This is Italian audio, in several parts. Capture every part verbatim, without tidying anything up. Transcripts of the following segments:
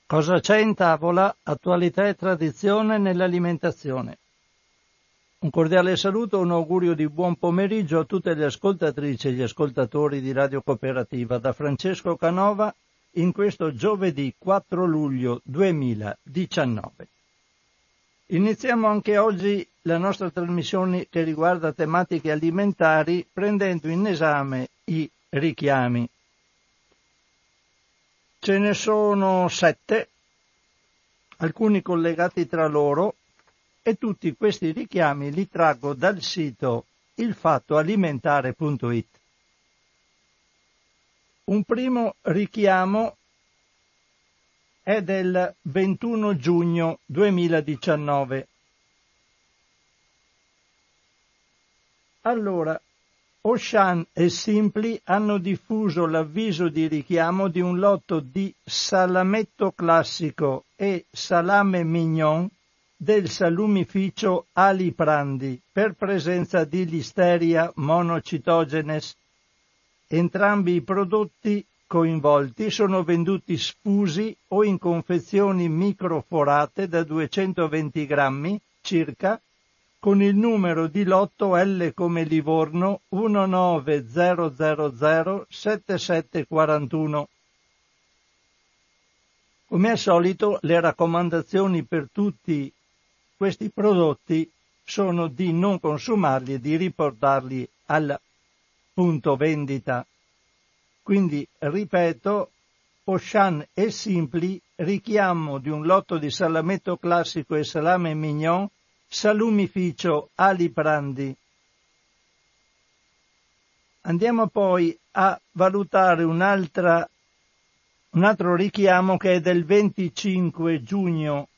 Cosa c'è in tavola? Attualità e tradizione nell'alimentazione. Un cordiale saluto, un augurio di buon pomeriggio a tutte le ascoltatrici e gli ascoltatori di Radio Cooperativa da Francesco Canova in questo giovedì quattro luglio duemiladiciannove. Iniziamo anche oggi la nostra trasmissione che riguarda tematiche alimentari prendendo in esame i richiami. Ce ne sono sette, alcuni collegati tra loro, e tutti questi richiami li traggo dal sito ilfattoalimentare punto it. Un primo richiamo è del ventuno giugno duemiladiciannove. Allora, Auchan e Simply hanno diffuso l'avviso di richiamo di un lotto di salametto classico e salame mignon del salumificio Aliprandi per presenza di Listeria monocytogenes. Entrambi i prodotti coinvolti sono venduti sfusi o in confezioni microforate da duecentoventi grammi circa, con il numero di lotto L come Livorno uno nove zero zero zero sette sette quattro uno. Come al solito, le raccomandazioni per tutti questi prodotti sono di non consumarli e di riportarli al punto vendita. Quindi, ripeto, Auchan e Simply, richiamo di un lotto di salametto classico e salame mignon, salumificio Aliprandi. Andiamo poi a valutare un'altra, un altro richiamo che è del venticinque giugno,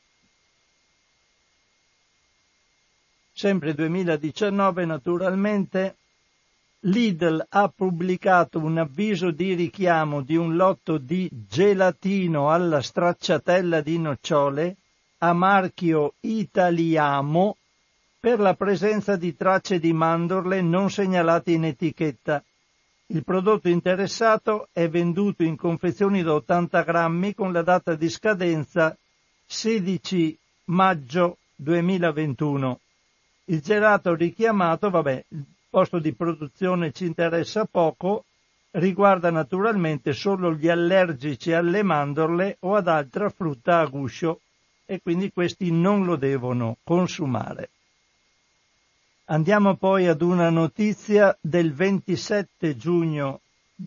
sempre duemiladiciannove naturalmente. Lidl ha pubblicato un avviso di richiamo di un lotto di gelatino alla stracciatella di nocciole a marchio Italiamo per la presenza di tracce di mandorle non segnalate in etichetta. Il prodotto interessato è venduto in confezioni da ottanta grammi con la data di scadenza sedici maggio duemilaventuno. Il gelato richiamato, vabbè, il posto di produzione ci interessa poco, riguarda naturalmente solo gli allergici alle mandorle o ad altra frutta a guscio, e quindi questi non lo devono consumare. Andiamo poi ad una notizia del ventisette giugno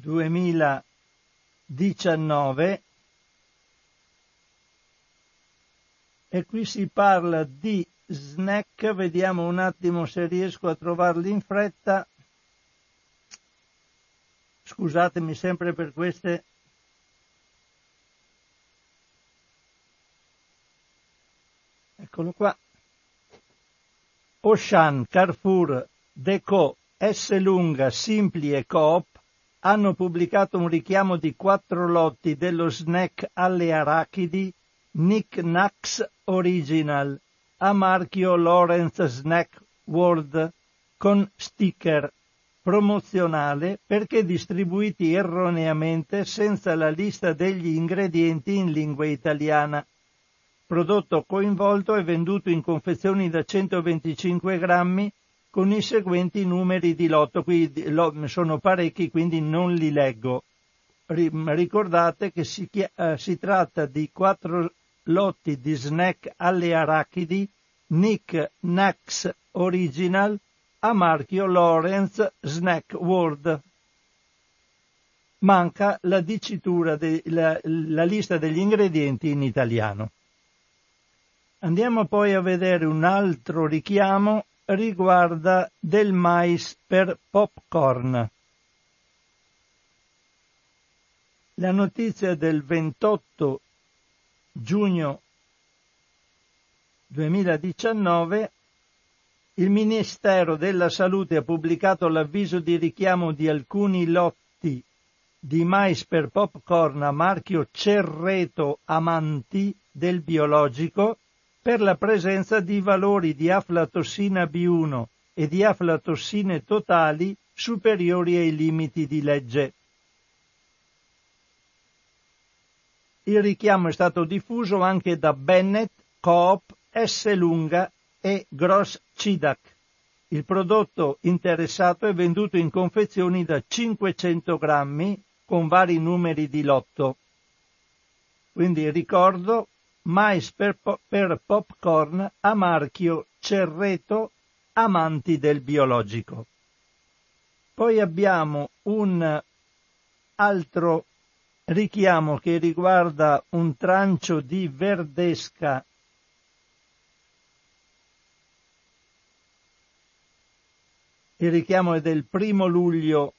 duemiladiciannove e qui si parla di snack, vediamo un attimo se riesco a trovarli in fretta. Scusatemi sempre per queste Eccolo qua. Auchan, Carrefour, Deco, Esselunga, Simply e Coop hanno pubblicato un richiamo di quattro lotti dello snack alle arachidi Knick Knacks Original a marchio Lawrence Snack World con sticker promozionale perché distribuiti erroneamente senza la lista degli ingredienti in lingua italiana. Prodotto coinvolto è venduto in confezioni da centoventicinque grammi con i seguenti numeri di lotto. Qui sono parecchi, quindi non li leggo. Ricordate che si, uh, si tratta di quattro lotti di snack alle arachidi Knick Knacks Original a marchio Lawrence Snack World. Manca la dicitura, de, la, la lista degli ingredienti in italiano. Andiamo poi a vedere un altro richiamo, riguarda del mais per popcorn. La notizia del ventotto giugno duemiladiciannove, il Ministero della Salute ha pubblicato l'avviso di richiamo di alcuni lotti di mais per popcorn a marchio Cerreto Amanti del biologico per la presenza di valori di aflatossina B uno e di aflatossine totali superiori ai limiti di legge. il richiamo è stato diffuso anche da Bennett, Coop, Esselunga e Gross Cidac. Il prodotto interessato è venduto in confezioni da cinquecento grammi con vari numeri di lotto. Quindi ricordo, mais per, po- per popcorn a marchio Cerreto, amanti del biologico. Poi abbiamo un altro richiamo che riguarda un trancio di verdesca Il richiamo è del primo luglio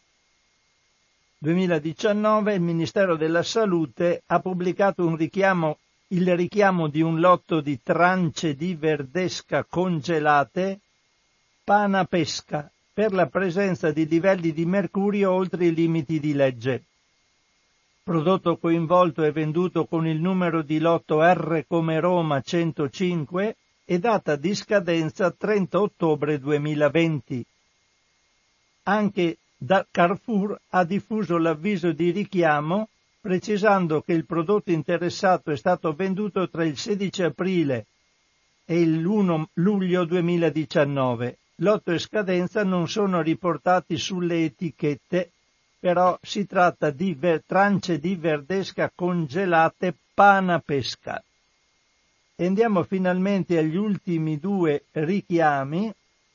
duemiladiciannove. Il Ministero della Salute ha pubblicato un richiamo, il richiamo di un lotto di trance di verdesca congelate Panapesca per la presenza di livelli di mercurio oltre i limiti di legge. Il prodotto coinvolto è venduto con il numero di lotto R come Roma centocinque e data di scadenza trenta ottobre duemilaventi. Anche da Carrefour ha diffuso l'avviso di richiamo precisando che il prodotto interessato è stato venduto tra il sedici aprile e il primo luglio duemiladiciannove. Lotto e scadenza non sono riportati sulle etichette, però si tratta di ver- trance di verdesca congelate Panapesca. E andiamo finalmente agli ultimi due richiami.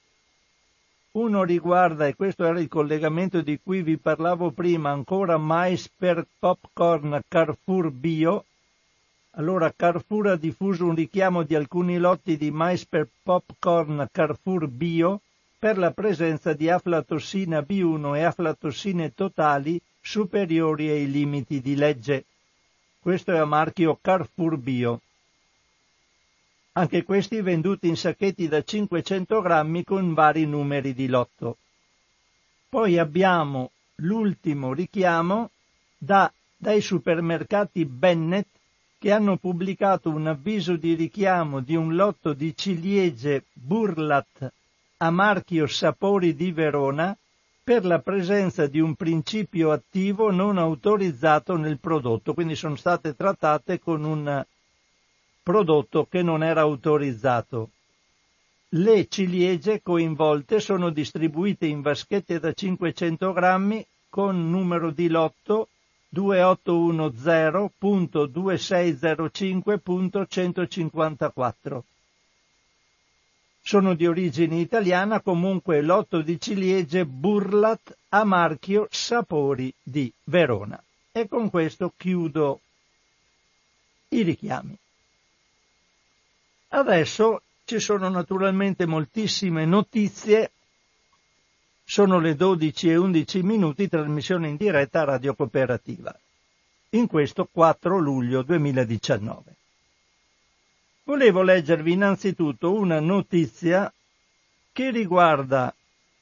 Uno riguarda, e questo era il collegamento di cui vi parlavo prima, ancora mais per popcorn Carrefour Bio. Allora Carrefour ha diffuso un richiamo di alcuni lotti di mais per popcorn Carrefour Bio per la presenza di aflatossina B uno e aflatossine totali superiori ai limiti di legge. Questo è a marchio Carrefour Bio. Anche questi venduti in sacchetti da cinquecento grammi con vari numeri di lotto. Poi abbiamo l'ultimo richiamo da, dai supermercati Bennett, che hanno pubblicato un avviso di richiamo di un lotto di ciliegie Burlat a marchio Sapori di Verona per la presenza di un principio attivo non autorizzato nel prodotto, quindi sono state trattate con un prodotto che non era autorizzato. Le ciliegie coinvolte sono distribuite in vaschette da cinquecento grammi con numero di lotto due otto uno zero punto due sei zero cinque punto centocinquantaquattro. Sono di origine italiana, comunque lotto di ciliegie Burlat a marchio Sapori di Verona. E con questo chiudo i richiami. Adesso ci sono naturalmente moltissime notizie. Sono le dodici e undici minuti, trasmissione in diretta a Radio Cooperativa, in questo quattro luglio duemiladiciannove. Volevo leggervi innanzitutto una notizia che riguarda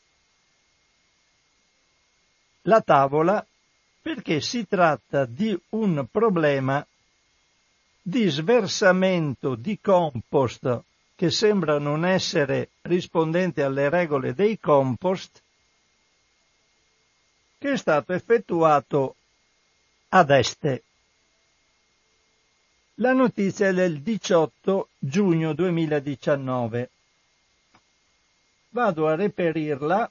la tavola, perché si tratta di un problema di sversamento di compost che sembra non essere rispondente alle regole dei compost, che è stato effettuato ad Este. La notizia è del diciotto giugno duemiladiciannove. Vado a reperirla.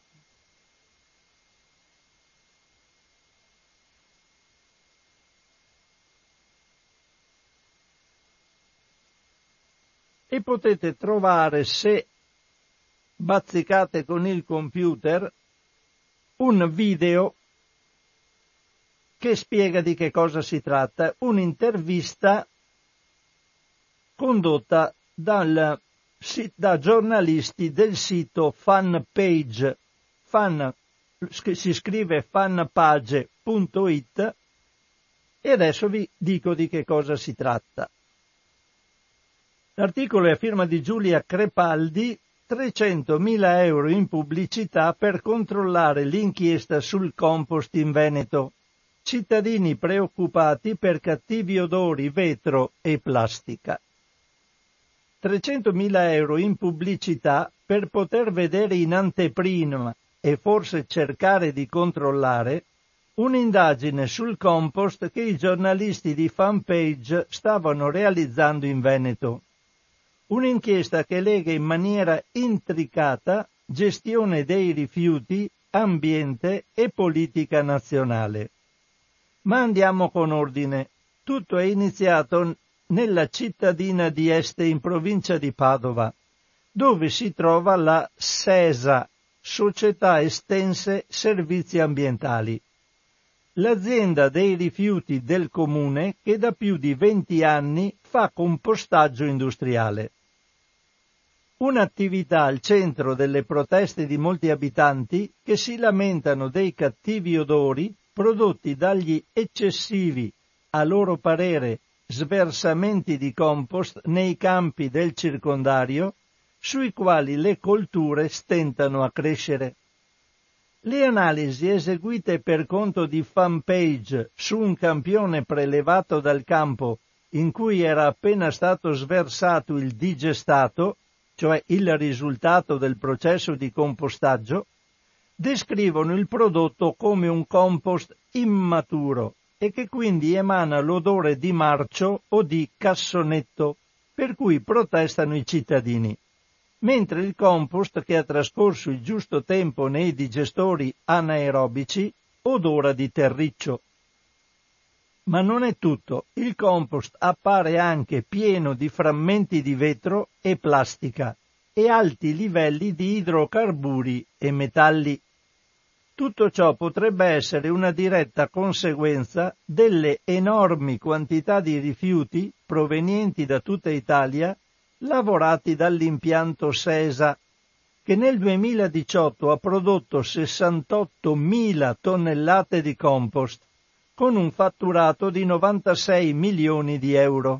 E potete trovare, se bazzicate con il computer, un video che spiega di che cosa si tratta, un'intervista condotta dal, da giornalisti del sito Fanpage, fan, si scrive fanpage punto it, e adesso vi dico di che cosa si tratta. L'articolo è a firma di Giulia Crepaldi, trecentomila euro in pubblicità per controllare l'inchiesta sul compost in Veneto. Cittadini preoccupati per cattivi odori, vetro e plastica. trecentomila euro in pubblicità per poter vedere in anteprima e forse cercare di controllare un'indagine sul compost che i giornalisti di Fanpage stavano realizzando in Veneto. Un'inchiesta che lega in maniera intricata gestione dei rifiuti, ambiente e politica nazionale. Ma andiamo con ordine. Tutto è iniziato nella cittadina di Este in provincia di Padova, dove si trova la SESA, Società Estense Servizi Ambientali, l'azienda dei rifiuti del comune che da più di venti anni fa compostaggio industriale. Un'attività al centro delle proteste di molti abitanti che si lamentano dei cattivi odori prodotti dagli eccessivi, a loro parere, sversamenti di compost nei campi del circondario, sui quali le colture stentano a crescere. Le analisi eseguite per conto di Fanpage su un campione prelevato dal campo in cui era appena stato sversato il digestato, cioè il risultato del processo di compostaggio, descrivono il prodotto come un compost immaturo e che quindi emana l'odore di marcio o di cassonetto, per cui protestano i cittadini. Mentre il compost, che ha trascorso il giusto tempo nei digestori anaerobici, odora di terriccio. Ma non è tutto, il compost appare anche pieno di frammenti di vetro e plastica e alti livelli di idrocarburi e metalli. Tutto ciò potrebbe essere una diretta conseguenza delle enormi quantità di rifiuti provenienti da tutta Italia lavorati dall'impianto SESA, che nel duemiladiciotto ha prodotto sessantottomila tonnellate di compost, con un fatturato di novantasei milioni di euro.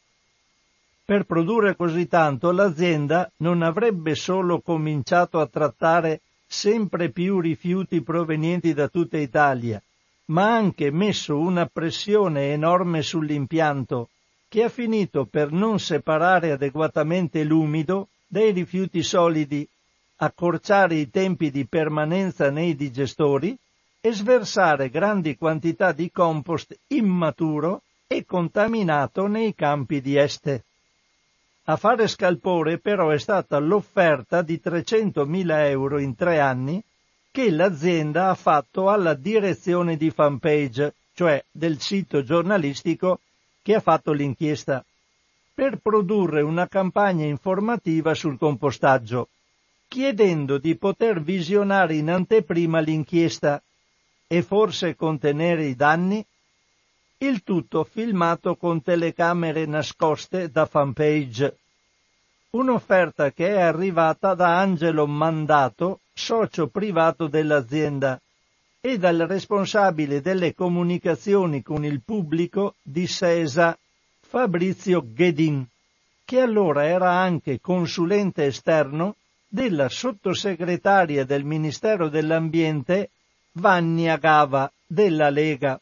Per produrre così tanto, l'azienda non avrebbe solo cominciato a trattare sempre più rifiuti provenienti da tutta Italia, ma ha anche messo una pressione enorme sull'impianto, che ha finito per non separare adeguatamente l'umido dai rifiuti solidi, accorciare i tempi di permanenza nei digestori e sversare grandi quantità di compost immaturo e contaminato nei campi di Este. A fare scalpore però è stata l'offerta di trecentomila euro in tre anni che l'azienda ha fatto alla direzione di Fanpage, cioè del sito giornalistico che ha fatto l'inchiesta, per produrre una campagna informativa sul compostaggio, chiedendo di poter visionare in anteprima l'inchiesta e forse contenere i danni. Il tutto filmato con telecamere nascoste da Fanpage. Un'offerta che è arrivata da Angelo Mandato, socio privato dell'azienda, e dal responsabile delle comunicazioni con il pubblico di SESA, Fabrizio Ghedin, che allora era anche consulente esterno della sottosegretaria del Ministero dell'Ambiente Vannia Gava della Lega.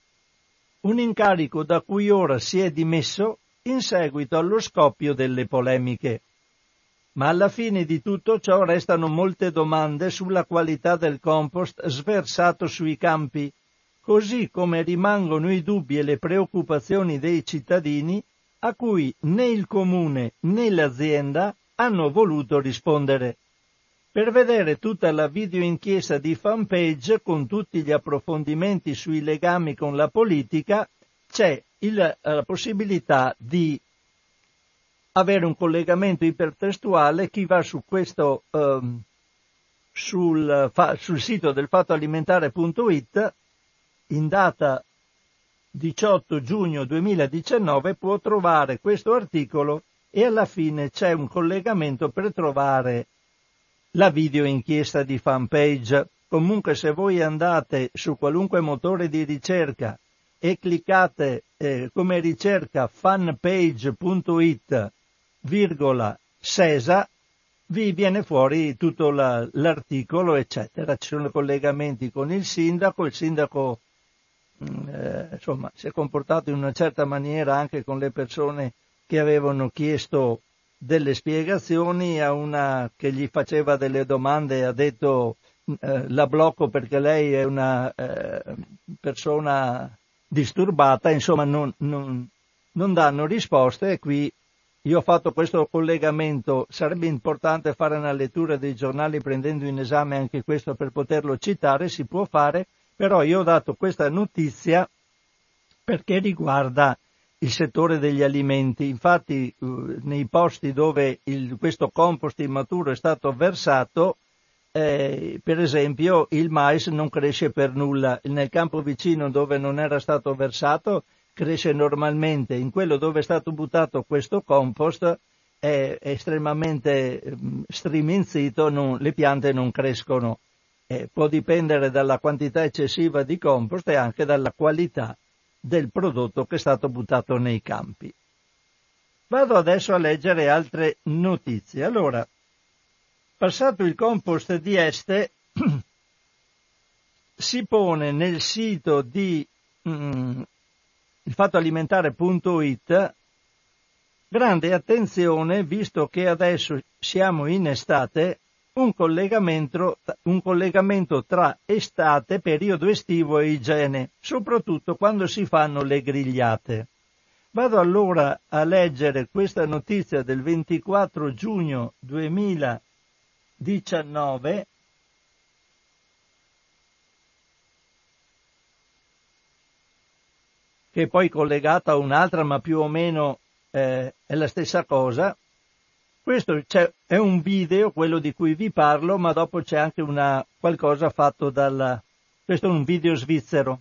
Un incarico da cui ora si è dimesso in seguito allo scoppio delle polemiche. Ma alla fine di tutto ciò restano molte domande sulla qualità del compost sversato sui campi, così come rimangono i dubbi e le preoccupazioni dei cittadini a cui né il comune né l'azienda hanno voluto rispondere. Per vedere tutta la videoinchiesta di Fanpage con tutti gli approfondimenti sui legami con la politica c'è il, la possibilità di avere un collegamento ipertestuale. Chi va su questo um, sul, fa, sul sito del fattoalimentare punto it in data diciotto giugno duemiladiciannove può trovare questo articolo e alla fine c'è un collegamento per trovare la videoinchiesta di Fanpage. Comunque, se voi andate su qualunque motore di ricerca e cliccate eh, come ricerca fanpage punto it virgola SESA, vi viene fuori tutto la, l'articolo, eccetera. Ci sono collegamenti con il sindaco, il sindaco eh, insomma si è comportato in una certa maniera anche con le persone che avevano chiesto delle spiegazioni. A una che gli faceva delle domande ha detto eh, la blocco perché lei è una eh, persona disturbata, insomma non, non, non danno risposte, e qui io ho fatto questo collegamento. Sarebbe importante fare una lettura dei giornali prendendo in esame anche questo per poterlo citare, si può fare, però io ho dato questa notizia perché riguarda il settore degli alimenti. Infatti uh, nei posti dove il, questo compost immaturo è stato versato, eh, per esempio il mais non cresce per nulla, nel campo vicino dove non era stato versato cresce normalmente, in quello dove è stato buttato questo compost è, è estremamente eh, striminzito, non, le piante non crescono. Eh, può dipendere dalla quantità eccessiva di compost e anche dalla qualità del prodotto che è stato buttato nei campi. Vado adesso a leggere altre notizie. Allora, passato il compost di Este, si pone nel sito di mm, ilfattoalimentare punto it grande attenzione, visto che adesso siamo in estate, un collegamento, un collegamento tra estate, periodo estivo e igiene, soprattutto quando si fanno le grigliate. Vado allora a leggere questa notizia del ventiquattro giugno duemiladiciannove, che è poi collegata a un'altra, ma più o meno eh, è la stessa cosa. Questo c'è, è un video, quello di cui vi parlo, ma dopo c'è anche una qualcosa fatto dal... Questo è un video svizzero.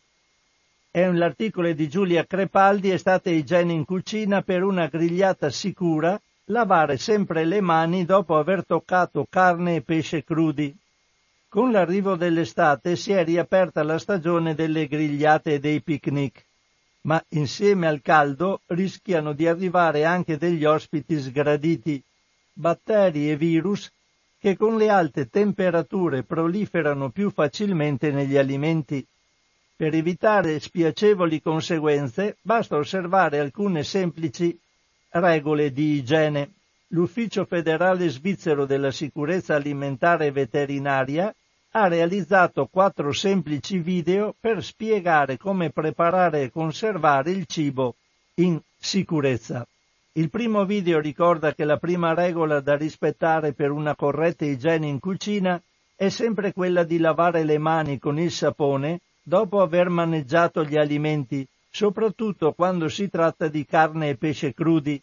È un, l'articolo di Giulia Crepaldi, estate e igiene in cucina per una grigliata sicura, lavare sempre le mani dopo aver toccato carne e pesce crudi. Con l'arrivo dell'estate si è riaperta la stagione delle grigliate e dei picnic, ma insieme al caldo rischiano di arrivare anche degli ospiti sgraditi, batteri e virus che con le alte temperature proliferano più facilmente negli alimenti. Per evitare spiacevoli conseguenze basta osservare alcune semplici regole di igiene. L'Ufficio federale svizzero della sicurezza alimentare e veterinaria ha realizzato quattro semplici video per spiegare come preparare e conservare il cibo in sicurezza. Il primo video ricorda che la prima regola da rispettare per una corretta igiene in cucina è sempre quella di lavare le mani con il sapone dopo aver maneggiato gli alimenti, soprattutto quando si tratta di carne e pesce crudi.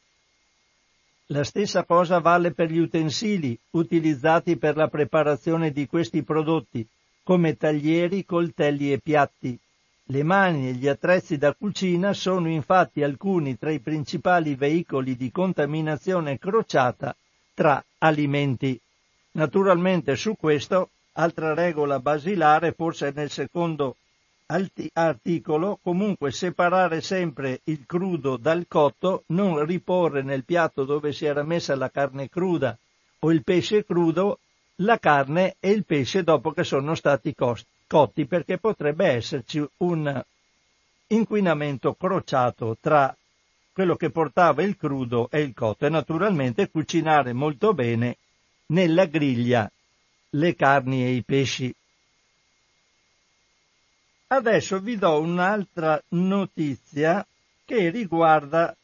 La stessa cosa vale per gli utensili utilizzati per la preparazione di questi prodotti, come taglieri, coltelli e piatti. Le mani e gli attrezzi da cucina sono infatti alcuni tra i principali veicoli di contaminazione crociata tra alimenti. Naturalmente su questo, altra regola basilare, forse nel secondo articolo, comunque separare sempre il crudo dal cotto, non riporre nel piatto dove si era messa la carne cruda o il pesce crudo la carne e il pesce dopo che sono stati cotti, perché potrebbe esserci un inquinamento crociato tra quello che portava il crudo e il cotto, e naturalmente cucinare molto bene nella griglia le carni e i pesci. Adesso vi do un'altra notizia che riguarda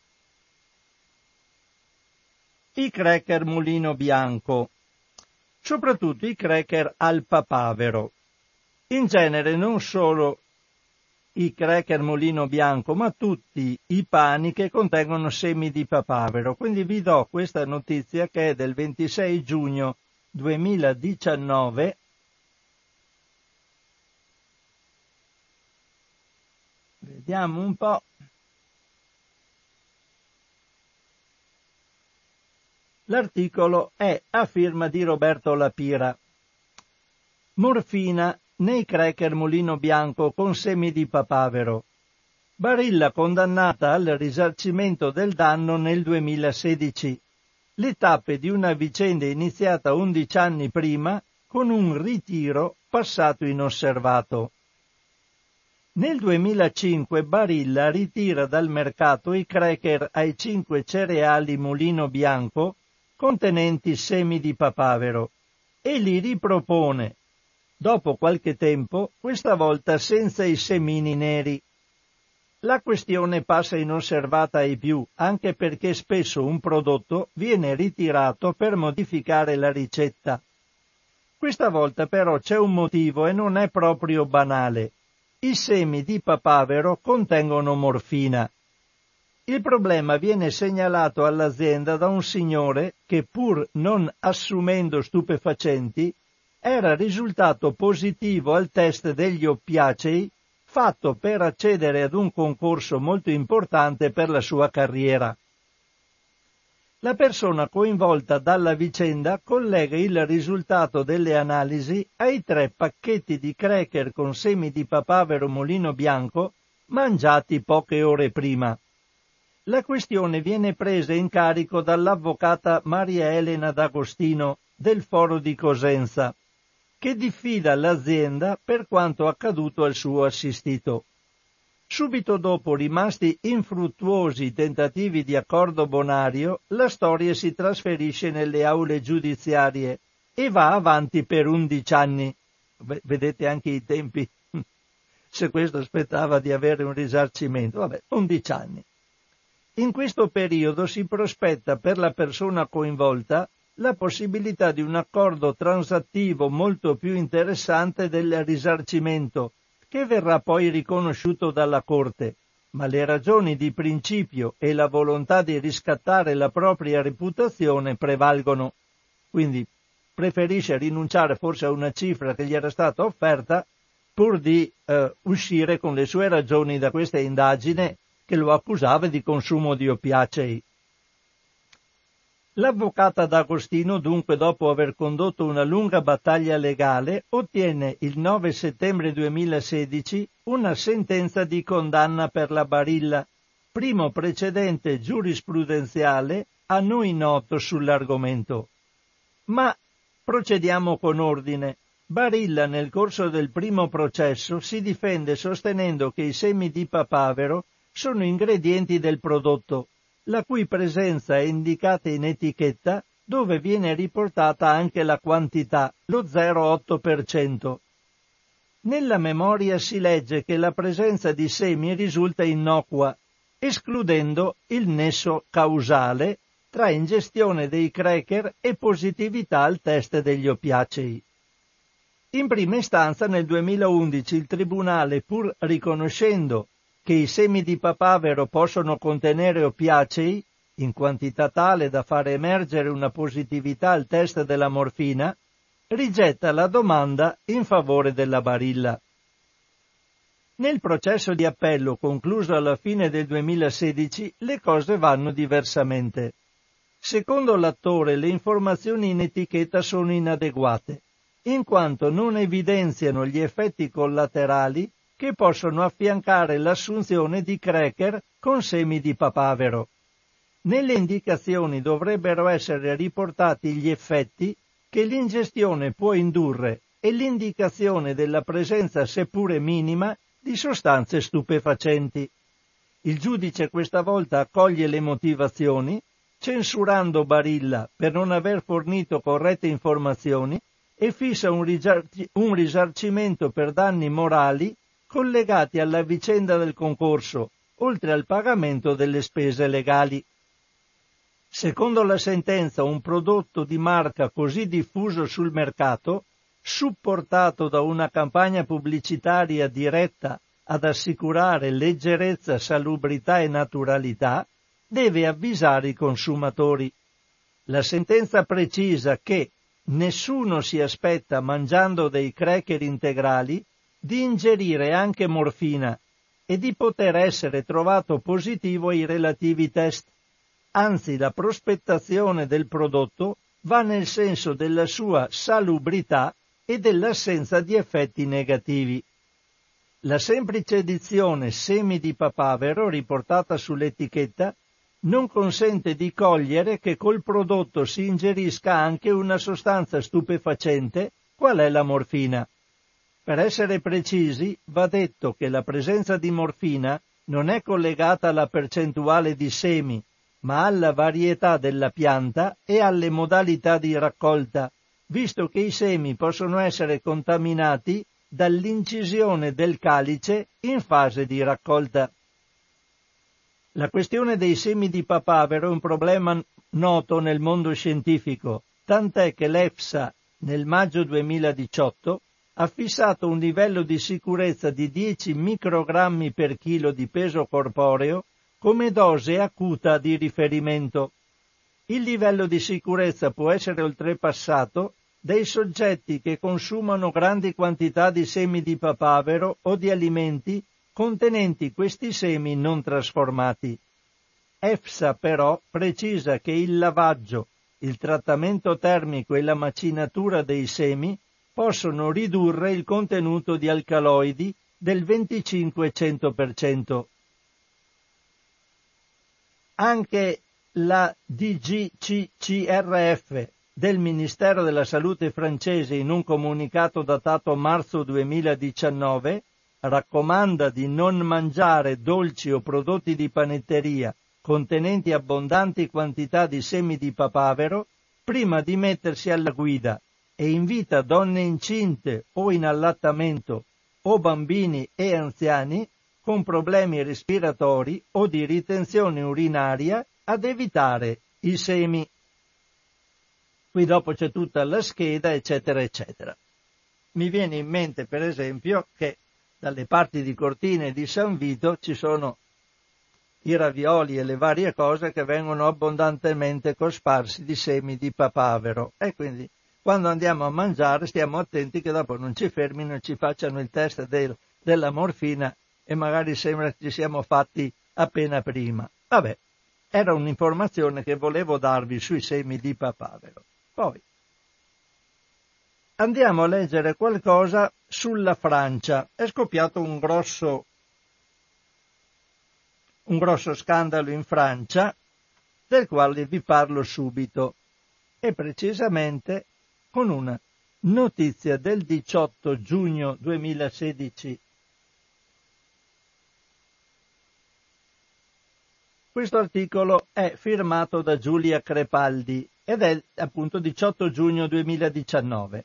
i cracker Mulino Bianco, soprattutto i cracker al papavero. In genere non solo i cracker Mulino Bianco, ma tutti i pani che contengono semi di papavero. Quindi vi do questa notizia che è del ventisei giugno duemiladiciannove. Vediamo un po'. L'articolo è a firma di Roberto Lapira. Morfina nei cracker Mulino Bianco con semi di papavero. Barilla condannata al risarcimento del danno nel duemilasedici. Le tappe di una vicenda iniziata undici anni prima con un ritiro passato inosservato. Nel duemilacinque Barilla ritira dal mercato i cracker ai cinque cereali Mulino Bianco contenenti semi di papavero e li ripropone Dopo qualche tempo, questa volta senza i semini neri. La questione passa inosservata ai più, anche perché spesso un prodotto viene ritirato per modificare la ricetta. Questa volta però c'è un motivo e non è proprio banale. I semi di papavero contengono morfina. Il problema viene segnalato all'azienda da un signore che, pur non assumendo stupefacenti, era risultato positivo al test degli oppiacei fatto per accedere ad un concorso molto importante per la sua carriera. La persona coinvolta dalla vicenda collega il risultato delle analisi ai tre pacchetti di cracker con semi di papavero Molino Bianco mangiati poche ore prima. La questione viene presa in carico dall'avvocata Maria Elena D'Agostino del Foro di Cosenza, che diffida l'azienda per quanto accaduto al suo assistito. Subito dopo rimasti infruttuosi i tentativi di accordo bonario, la storia si trasferisce nelle aule giudiziarie e va avanti per undici anni. Vedete anche i tempi, se questo aspettava di avere un risarcimento, vabbè, undici anni. In questo periodo si prospetta per la persona coinvolta la possibilità di un accordo transattivo molto più interessante del risarcimento, che verrà poi riconosciuto dalla Corte, ma le ragioni di principio e la volontà di riscattare la propria reputazione prevalgono. Quindi preferisce rinunciare forse a una cifra che gli era stata offerta pur di eh, uscire con le sue ragioni da questa indagine che lo accusava di consumo di oppiacei. L'avvocata D'Agostino, dunque, dopo aver condotto una lunga battaglia legale, ottiene il nove settembre duemilasedici una sentenza di condanna per la Barilla, primo precedente giurisprudenziale a noi noto sull'argomento. Ma procediamo con ordine. Barilla, nel corso del primo processo, si difende sostenendo che i semi di papavero sono ingredienti del prodotto, la cui presenza è indicata in etichetta, dove viene riportata anche la quantità, lo zero virgola otto per cento. Nella memoria si legge che la presenza di semi risulta innocua, escludendo il nesso causale tra ingestione dei cracker e positività al test degli oppiacei. In prima istanza nel duemilaundici il Tribunale, pur riconoscendo che i semi di papavero possono contenere oppiacei, in quantità tale da far emergere una positività al test della morfina, rigetta la domanda in favore della Barilla. Nel processo di appello concluso alla fine del duemilasedici le cose vanno diversamente. Secondo l'attore le informazioni in etichetta sono inadeguate, in quanto non evidenziano gli effetti collaterali che possono affiancare l'assunzione di cracker con semi di papavero. Nelle indicazioni dovrebbero essere riportati gli effetti che l'ingestione può indurre e l'indicazione della presenza, seppure minima, di sostanze stupefacenti. Il giudice questa volta accoglie le motivazioni, censurando Barilla per non aver fornito corrette informazioni e fissa un, risarci- un risarcimento per danni morali collegati alla vicenda del concorso, oltre al pagamento delle spese legali. Secondo la sentenza, un prodotto di marca così diffuso sul mercato, supportato da una campagna pubblicitaria diretta ad assicurare leggerezza, salubrità e naturalità, deve avvisare i consumatori. La sentenza precisa che nessuno si aspetta, mangiando dei cracker integrali, di ingerire anche morfina e di poter essere trovato positivo ai relativi test. Anzi, la prospettazione del prodotto va nel senso della sua salubrità e dell'assenza di effetti negativi. La semplice edizione semi di papavero riportata sull'etichetta non consente di cogliere che col prodotto si ingerisca anche una sostanza stupefacente, qual è la morfina. Per essere precisi, va detto che la presenza di morfina non è collegata alla percentuale di semi, ma alla varietà della pianta e alle modalità di raccolta, visto che i semi possono essere contaminati dall'incisione del calice in fase di raccolta. La questione dei semi di papavero è un problema noto nel mondo scientifico, tant'è che l'EFSA nel maggio duemiladiciotto ha fissato un livello di sicurezza di dieci microgrammi per chilo di peso corporeo come dose acuta di riferimento. Il livello di sicurezza può essere oltrepassato dai soggetti che consumano grandi quantità di semi di papavero o di alimenti contenenti questi semi non trasformati. EFSA però precisa che il lavaggio, il trattamento termico e la macinatura dei semi possono ridurre il contenuto di alcaloidi del venticinque-cento per cento. Anche la D G C C R F del Ministero della Salute francese, in un comunicato datato marzo duemiladiciannove, raccomanda di non mangiare dolci o prodotti di panetteria contenenti abbondanti quantità di semi di papavero prima di mettersi alla guida e invita donne incinte o in allattamento o bambini e anziani con problemi respiratori o di ritenzione urinaria ad evitare i semi. Qui dopo c'è tutta la scheda, eccetera, eccetera. Mi viene in mente, per esempio, che dalle parti di Cortina e di San Vito ci sono i ravioli e le varie cose che vengono abbondantemente cosparsi di semi di papavero. E quindi quando andiamo a mangiare stiamo attenti che dopo non ci fermino e ci facciano il test del, della morfina e magari sembra che ci siamo fatti appena prima. Vabbè, era un'informazione che volevo darvi sui semi di papavero. Poi andiamo a leggere qualcosa sulla Francia. È scoppiato un grosso, un grosso scandalo in Francia, del quale vi parlo subito, e precisamente con una notizia del diciotto giugno duemilasedici. Questo articolo è firmato da Giulia Crepaldi ed è appunto diciotto giugno duemiladiciannove.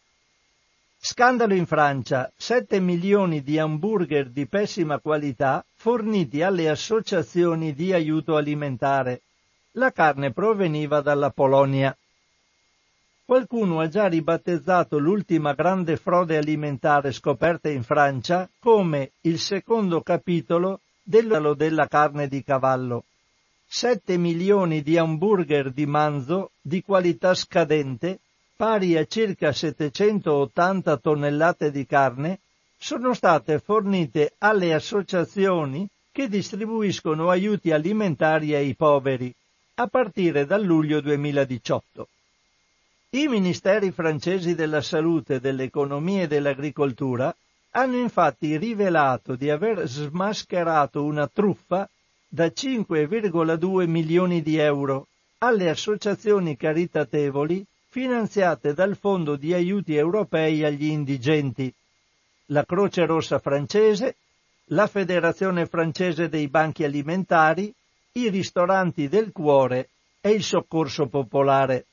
Scandalo in Francia, sette milioni di hamburger di pessima qualità forniti alle associazioni di aiuto alimentare. La carne proveniva dalla Polonia. Qualcuno ha già ribattezzato l'ultima grande frode alimentare scoperta in Francia come il secondo capitolo dello della carne di cavallo. sette milioni di hamburger di manzo di qualità scadente, pari a circa settecentottanta tonnellate di carne, sono state fornite alle associazioni che distribuiscono aiuti alimentari ai poveri, a partire dal luglio duemiladiciotto. I ministeri francesi della salute, dell'economia e dell'agricoltura hanno infatti rivelato di aver smascherato una truffa da cinque virgola due milioni di euro alle associazioni caritatevoli finanziate dal Fondo di aiuti europei agli indigenti, la Croce Rossa francese, la Federazione francese dei banchi alimentari, i ristoranti del cuore e il soccorso popolare.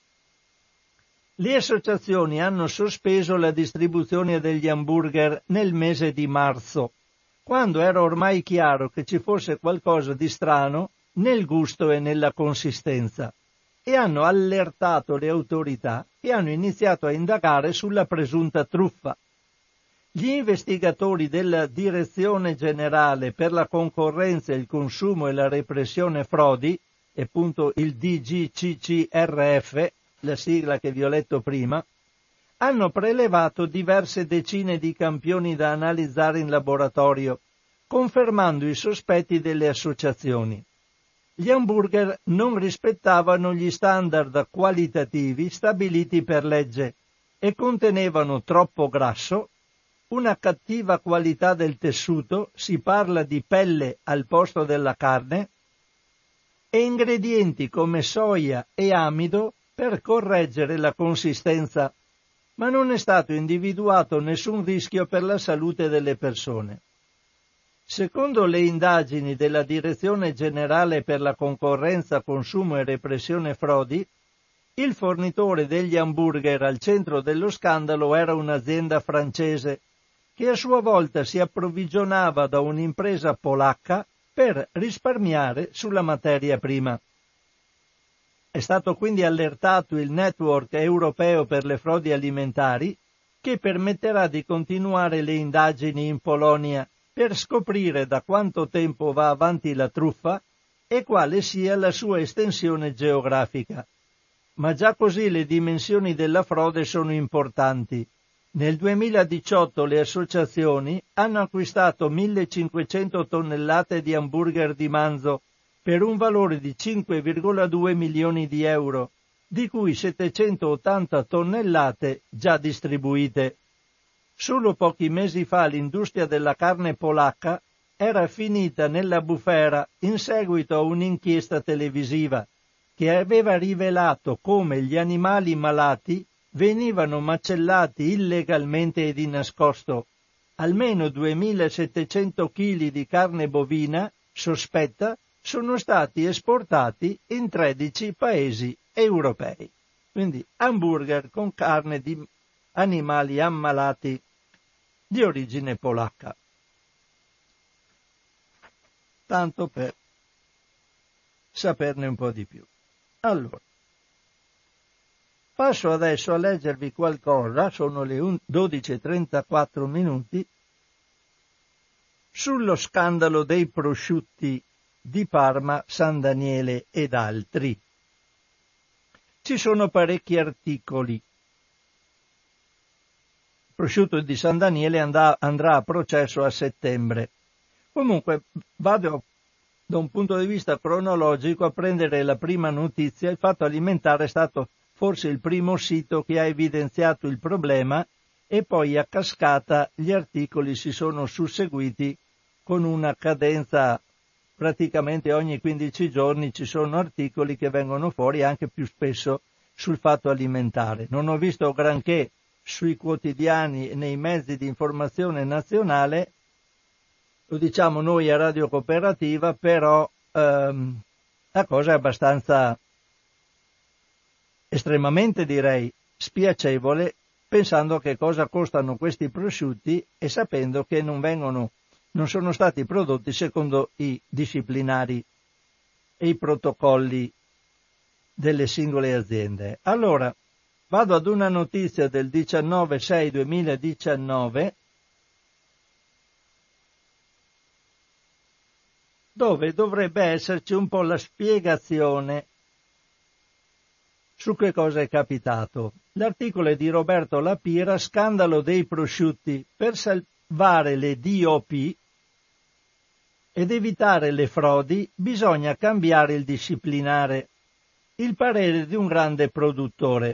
Le associazioni hanno sospeso la distribuzione degli hamburger nel mese di marzo, quando era ormai chiaro che ci fosse qualcosa di strano nel gusto e nella consistenza, e hanno allertato le autorità che hanno iniziato a indagare sulla presunta truffa. Gli investigatori della Direzione Generale per la Concorrenza, il Consumo e la Repressione Frodi, e appunto il D G C C R F, la sigla che vi ho letto prima, hanno prelevato diverse decine di campioni da analizzare in laboratorio, confermando i sospetti delle associazioni. Gli hamburger non rispettavano gli standard qualitativi stabiliti per legge e contenevano troppo grasso, una cattiva qualità del tessuto, si parla di pelle al posto della carne, e ingredienti come soia e amido per correggere la consistenza, ma non è stato individuato nessun rischio per la salute delle persone. Secondo le indagini della Direzione Generale per la Concorrenza, Consumo e Repressione Frodi, Il fornitore degli hamburger al centro dello scandalo era un'azienda francese che a sua volta si approvvigionava da un'impresa polacca per risparmiare sulla materia prima. È stato quindi allertato il Network Europeo per le Frodi Alimentari, che permetterà di continuare le indagini in Polonia per scoprire da quanto tempo va avanti la truffa e quale sia la sua estensione geografica. Ma già così le dimensioni della frode sono importanti. Nel duemiladiciotto le associazioni hanno acquistato millecinquecento tonnellate di hamburger di manzo per un valore di cinque virgola due milioni di euro, di cui settecentottanta tonnellate già distribuite. Solo pochi mesi fa l'industria della carne polacca era finita nella bufera in seguito a un'inchiesta televisiva che aveva rivelato come gli animali malati venivano macellati illegalmente e di nascosto. Almeno duemilasettecento chili di carne bovina sospetta sono stati esportati in tredici paesi europei. Quindi hamburger con carne di animali ammalati di origine polacca. Tanto per saperne un po' di più. Allora, passo adesso a leggervi qualcosa, sono le dodici e trentaquattro minuti, sullo scandalo dei prosciutti di Parma, San Daniele ed altri. Ci sono parecchi articoli. Il prosciutto di San Daniele andrà, andrà a processo a settembre. Comunque vado da un punto di vista cronologico a prendere la prima notizia. Il Fatto Alimentare è stato forse il primo sito che ha evidenziato il problema e poi a cascata gli articoli si sono susseguiti con una cadenza. Praticamente ogni quindici giorni ci sono articoli che vengono fuori, anche più spesso sul Fatto Alimentare. Non ho visto granché sui quotidiani e nei mezzi di informazione nazionale, lo diciamo noi a Radio Cooperativa, però ehm, la cosa è abbastanza, estremamente direi, spiacevole, pensando a che cosa costano questi prosciutti e sapendo che non vengono non sono stati prodotti secondo i disciplinari e i protocolli delle singole aziende. Allora, vado ad una notizia del diciannove sei duemiladiciannove, dove dovrebbe esserci un po' la spiegazione su che cosa è capitato. L'articolo è di Roberto Lapira, scandalo dei prosciutti, per salvare le D O P ed evitare le frodi bisogna cambiare il disciplinare. Il parere di un grande produttore.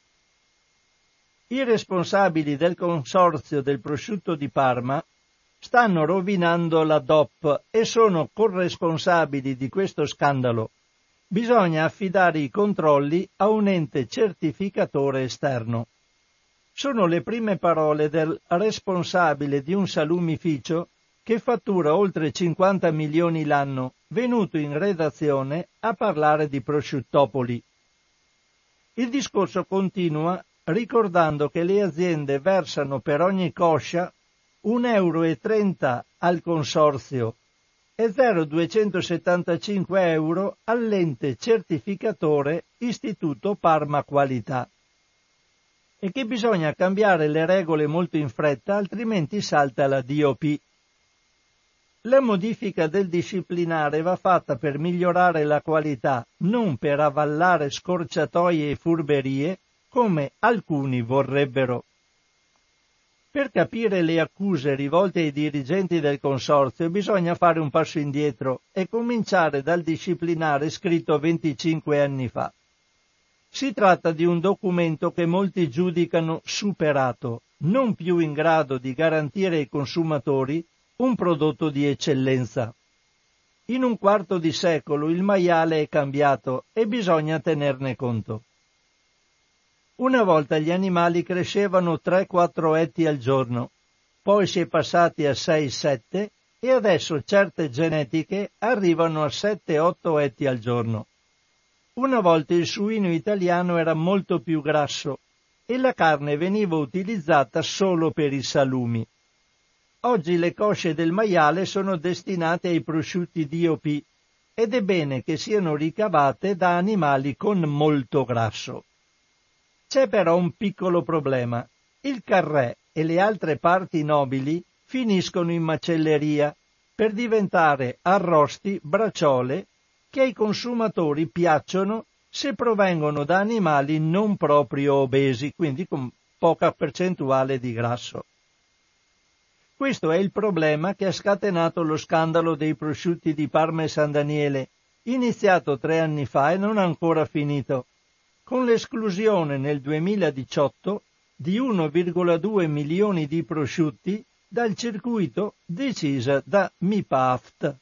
I responsabili del consorzio del prosciutto di Parma stanno rovinando la D O P e sono corresponsabili di questo scandalo. Bisogna affidare i controlli a un ente certificatore esterno. Sono le prime parole del responsabile di un salumificio che fattura oltre cinquanta milioni l'anno, venuto in redazione a parlare di prosciuttopoli. Il discorso continua ricordando che le aziende versano per ogni coscia un euro e trenta al consorzio e zero virgola duecentosettantacinque euro all'ente certificatore Istituto Parma Qualità, e che bisogna cambiare le regole molto in fretta, altrimenti salta la D O P. La modifica del disciplinare va fatta per migliorare la qualità, non per avvallare scorciatoie e furberie, come alcuni vorrebbero. Per capire le accuse rivolte ai dirigenti del consorzio bisogna fare un passo indietro e cominciare dal disciplinare scritto venticinque anni fa. Si tratta di un documento che molti giudicano superato, non più in grado di garantire ai consumatori un prodotto di eccellenza. In un quarto di secolo il maiale è cambiato e bisogna tenerne conto. Una volta gli animali crescevano tre quattro etti al giorno, poi si è passati a sei sette e adesso certe genetiche arrivano a sette otto etti al giorno. Una volta il suino italiano era molto più grasso e la carne veniva utilizzata solo per i salumi. Oggi le cosce del maiale sono destinate ai prosciutti D O P ed è bene che siano ricavate da animali con molto grasso. C'è però un piccolo problema. Il carré e le altre parti nobili finiscono in macelleria per diventare arrosti, bracciole, che ai consumatori piacciono se provengono da animali non proprio obesi, quindi con poca percentuale di grasso. Questo è il problema che ha scatenato lo scandalo dei prosciutti di Parma e San Daniele, iniziato tre anni fa e non ancora finito, con l'esclusione nel duemiladiciotto di uno virgola due milioni di prosciutti dal circuito decisa da MIPAAFT.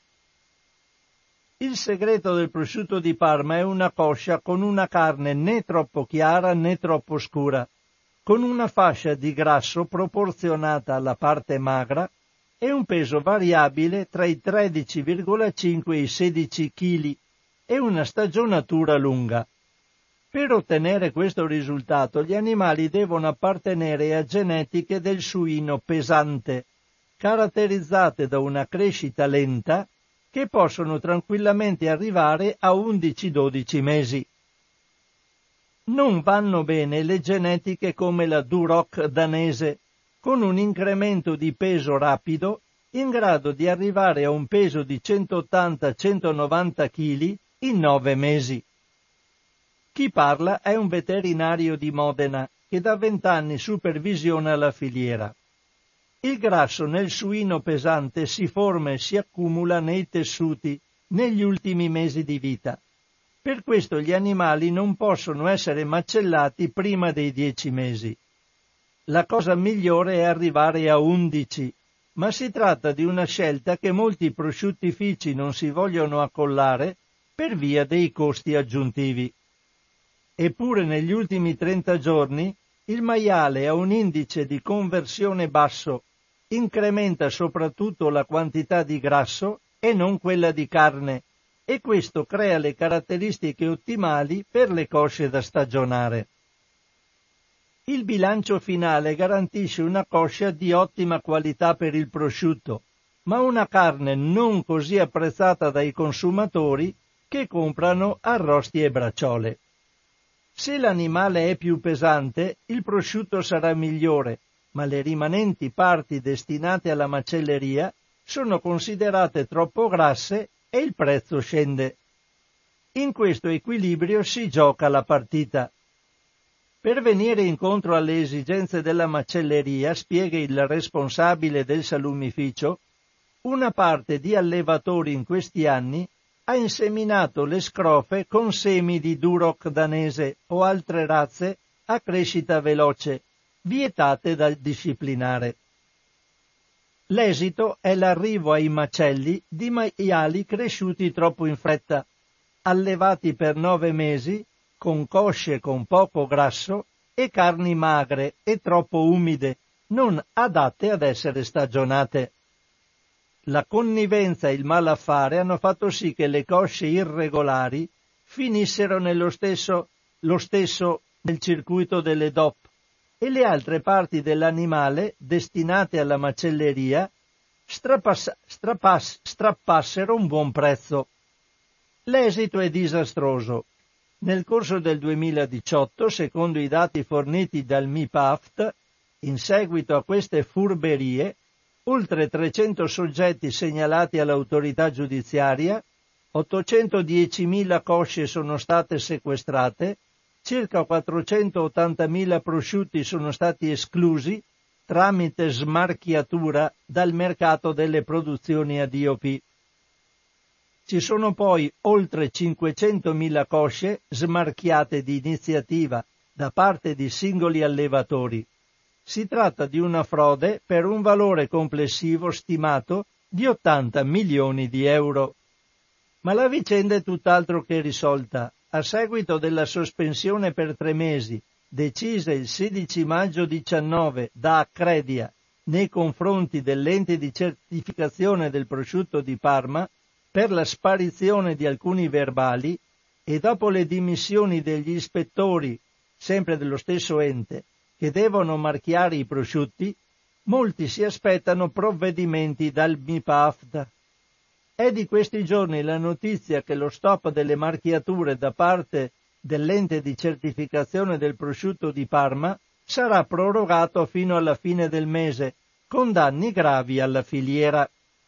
Il segreto del prosciutto di Parma è una coscia con una carne né troppo chiara né troppo scura, con una fascia di grasso proporzionata alla parte magra e un peso variabile tra i tredici virgola cinque e i sedici chili e una stagionatura lunga. Per ottenere questo risultato gli animali devono appartenere a genetiche del suino pesante, caratterizzate da una crescita lenta che possono tranquillamente arrivare a undici dodici mesi. Non vanno bene le genetiche come la Duroc danese, con un incremento di peso rapido in grado di arrivare a un peso di centottanta centonovanta chili in nove mesi. Chi parla è un veterinario di Modena che da vent'anni supervisiona la filiera. Il grasso nel suino pesante si forma e si accumula nei tessuti negli ultimi mesi di vita. Per questo gli animali non possono essere macellati prima dei dieci mesi. La cosa migliore è arrivare a undici, ma si tratta di una scelta che molti prosciuttifici non si vogliono accollare per via dei costi aggiuntivi. Eppure negli ultimi trenta giorni il maiale ha un indice di conversione basso, incrementa soprattutto la quantità di grasso e non quella di carne, e questo crea le caratteristiche ottimali per le cosce da stagionare. Il bilancio finale garantisce una coscia di ottima qualità per il prosciutto, ma una carne non così apprezzata dai consumatori che comprano arrosti e bracciole. Se l'animale è più pesante, il prosciutto sarà migliore, ma le rimanenti parti destinate alla macelleria sono considerate troppo grasse e il prezzo scende. In questo equilibrio si gioca la partita. Per venire incontro alle esigenze della macelleria, spiega il responsabile del salumificio, una parte di allevatori in questi anni ha inseminato le scrofe con semi di Duroc danese o altre razze a crescita veloce, vietate dal disciplinare. L'esito è l'arrivo ai macelli di maiali cresciuti troppo in fretta, allevati per nove mesi, con cosce con poco grasso e carni magre e troppo umide, non adatte ad essere stagionate. La connivenza e il malaffare hanno fatto sì che le cosce irregolari finissero nello stesso, lo stesso nel circuito delle D O P e le altre parti dell'animale destinate alla macelleria strapass- strapass- strappassero un buon prezzo. L'esito è disastroso. Nel corso del duemiladiciotto, secondo i dati forniti dal MIPAAFT, in seguito a queste furberie, oltre trecento soggetti segnalati all'autorità giudiziaria, ottocentodiecimila cosce sono state sequestrate, circa quattrocentottantamila prosciutti sono stati esclusi tramite smarchiatura dal mercato delle produzioni a D O P. Ci sono poi oltre cinquecentomila cosce smarchiate di iniziativa da parte di singoli allevatori. Si tratta di una frode per un valore complessivo stimato di ottanta milioni di euro. Ma la vicenda è tutt'altro che risolta. A seguito della sospensione per tre mesi, decisa il sedici maggio diciannove da Accredia nei confronti dell'ente di certificazione del prosciutto di Parma per la sparizione di alcuni verbali e dopo le dimissioni degli ispettori, sempre dello stesso ente, che devono marchiare i prosciutti, molti si aspettano provvedimenti dal MIPAAFT. È di questi giorni la notizia che lo stop delle marchiature da parte dell'ente di certificazione del prosciutto di Parma sarà prorogato fino alla fine del mese, con danni gravi alla filiera.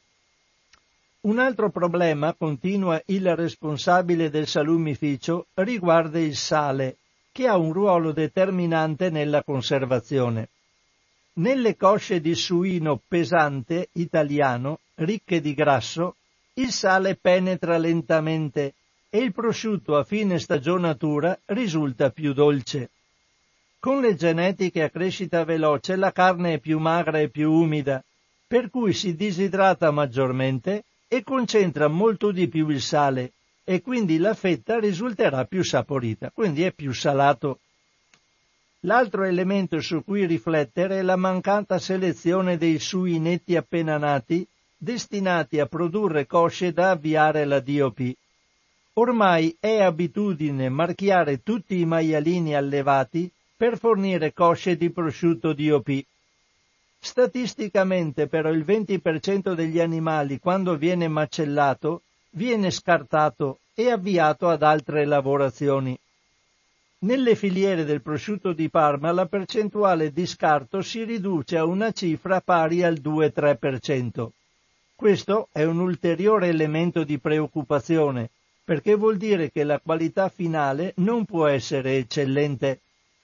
Un altro problema, continua il responsabile del salumificio, riguarda il sale, che ha un ruolo determinante nella conservazione. Nelle cosce di suino pesante italiano, ricche di grasso, il sale penetra lentamente e il prosciutto a fine stagionatura risulta più dolce. Con le genetiche a crescita veloce la carne è più magra e più umida, per cui si disidrata maggiormente e concentra molto di più il sale, e quindi la fetta risulterà più saporita, quindi è più salato. L'altro elemento su cui riflettere è la mancata selezione dei suinetti appena nati, destinati a produrre cosce da avviare alla D O P. Ormai è abitudine marchiare tutti i maialini allevati per fornire cosce di prosciutto D O P. Statisticamente però il venti per cento degli animali, quando viene macellato, viene scartato e avviato ad altre lavorazioni. Nelle filiere del prosciutto di Parma la percentuale di scarto si riduce a una cifra pari al due tre per cento. Questo è un ulteriore elemento di preoccupazione, perché vuol dire che la qualità finale non può essere eccellente.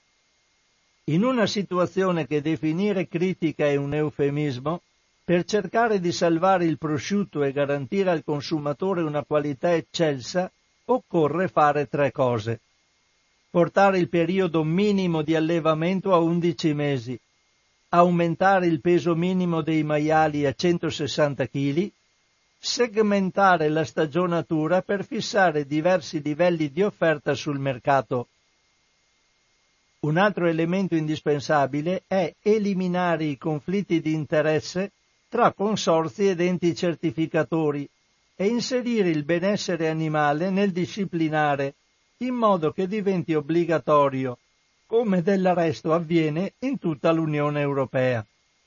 In una situazione che definire critica è un eufemismo, per cercare di salvare il prosciutto e garantire al consumatore una qualità eccelsa, occorre fare tre cose. Portare il periodo minimo di allevamento a undici mesi, aumentare il peso minimo dei maiali a centosessanta chili, segmentare la stagionatura per fissare diversi livelli di offerta sul mercato. Un altro elemento indispensabile è eliminare i conflitti di interesse tra consorzi ed enti certificatori e inserire il benessere animale nel disciplinare, in modo che diventi obbligatorio, come del resto avviene in tutta l'Unione Europea.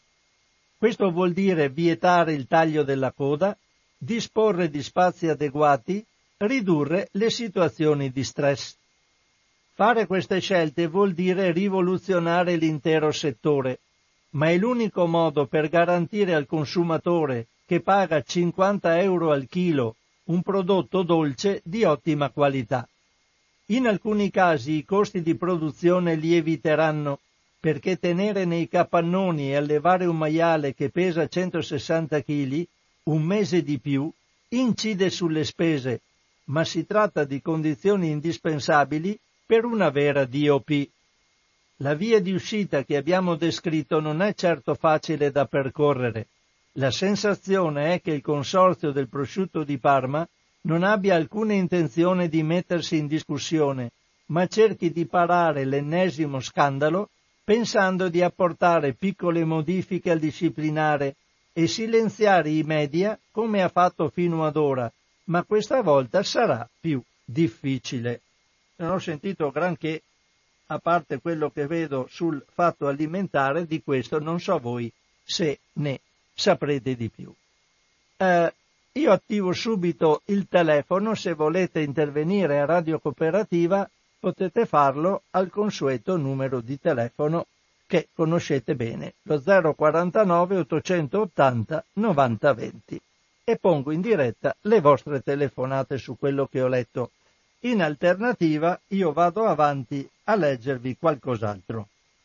Questo vuol dire vietare il taglio della coda, disporre di spazi adeguati, ridurre le situazioni di stress. Fare queste scelte vuol dire rivoluzionare l'intero settore, ma è l'unico modo per garantire al consumatore che paga cinquanta euro al chilo un prodotto dolce di ottima qualità. In alcuni casi i costi di produzione lieviteranno, perché tenere nei capannoni e allevare un maiale che pesa centosessanta chili un mese di più incide sulle spese, ma si tratta di condizioni indispensabili per una vera D O P. La via di uscita che abbiamo descritto non è certo facile da percorrere. La sensazione è che il consorzio del prosciutto di Parma non abbia alcuna intenzione di mettersi in discussione, ma cerchi di parare l'ennesimo scandalo pensando di apportare piccole modifiche al disciplinare e silenziare i media come ha fatto fino ad ora, ma questa volta sarà più difficile. Non ho sentito granché, a parte quello che vedo sul Fatto Alimentare, di questo non so voi se ne saprete di più. Eh, io attivo subito il telefono, se volete intervenire a Radio Cooperativa potete farlo al consueto numero di telefono che conoscete bene, lo zero quarantanove ottocentottanta novanta venti, e pongo in diretta le vostre telefonate su quello che ho letto. In alternativa io vado avanti a leggervi qualcos'altro.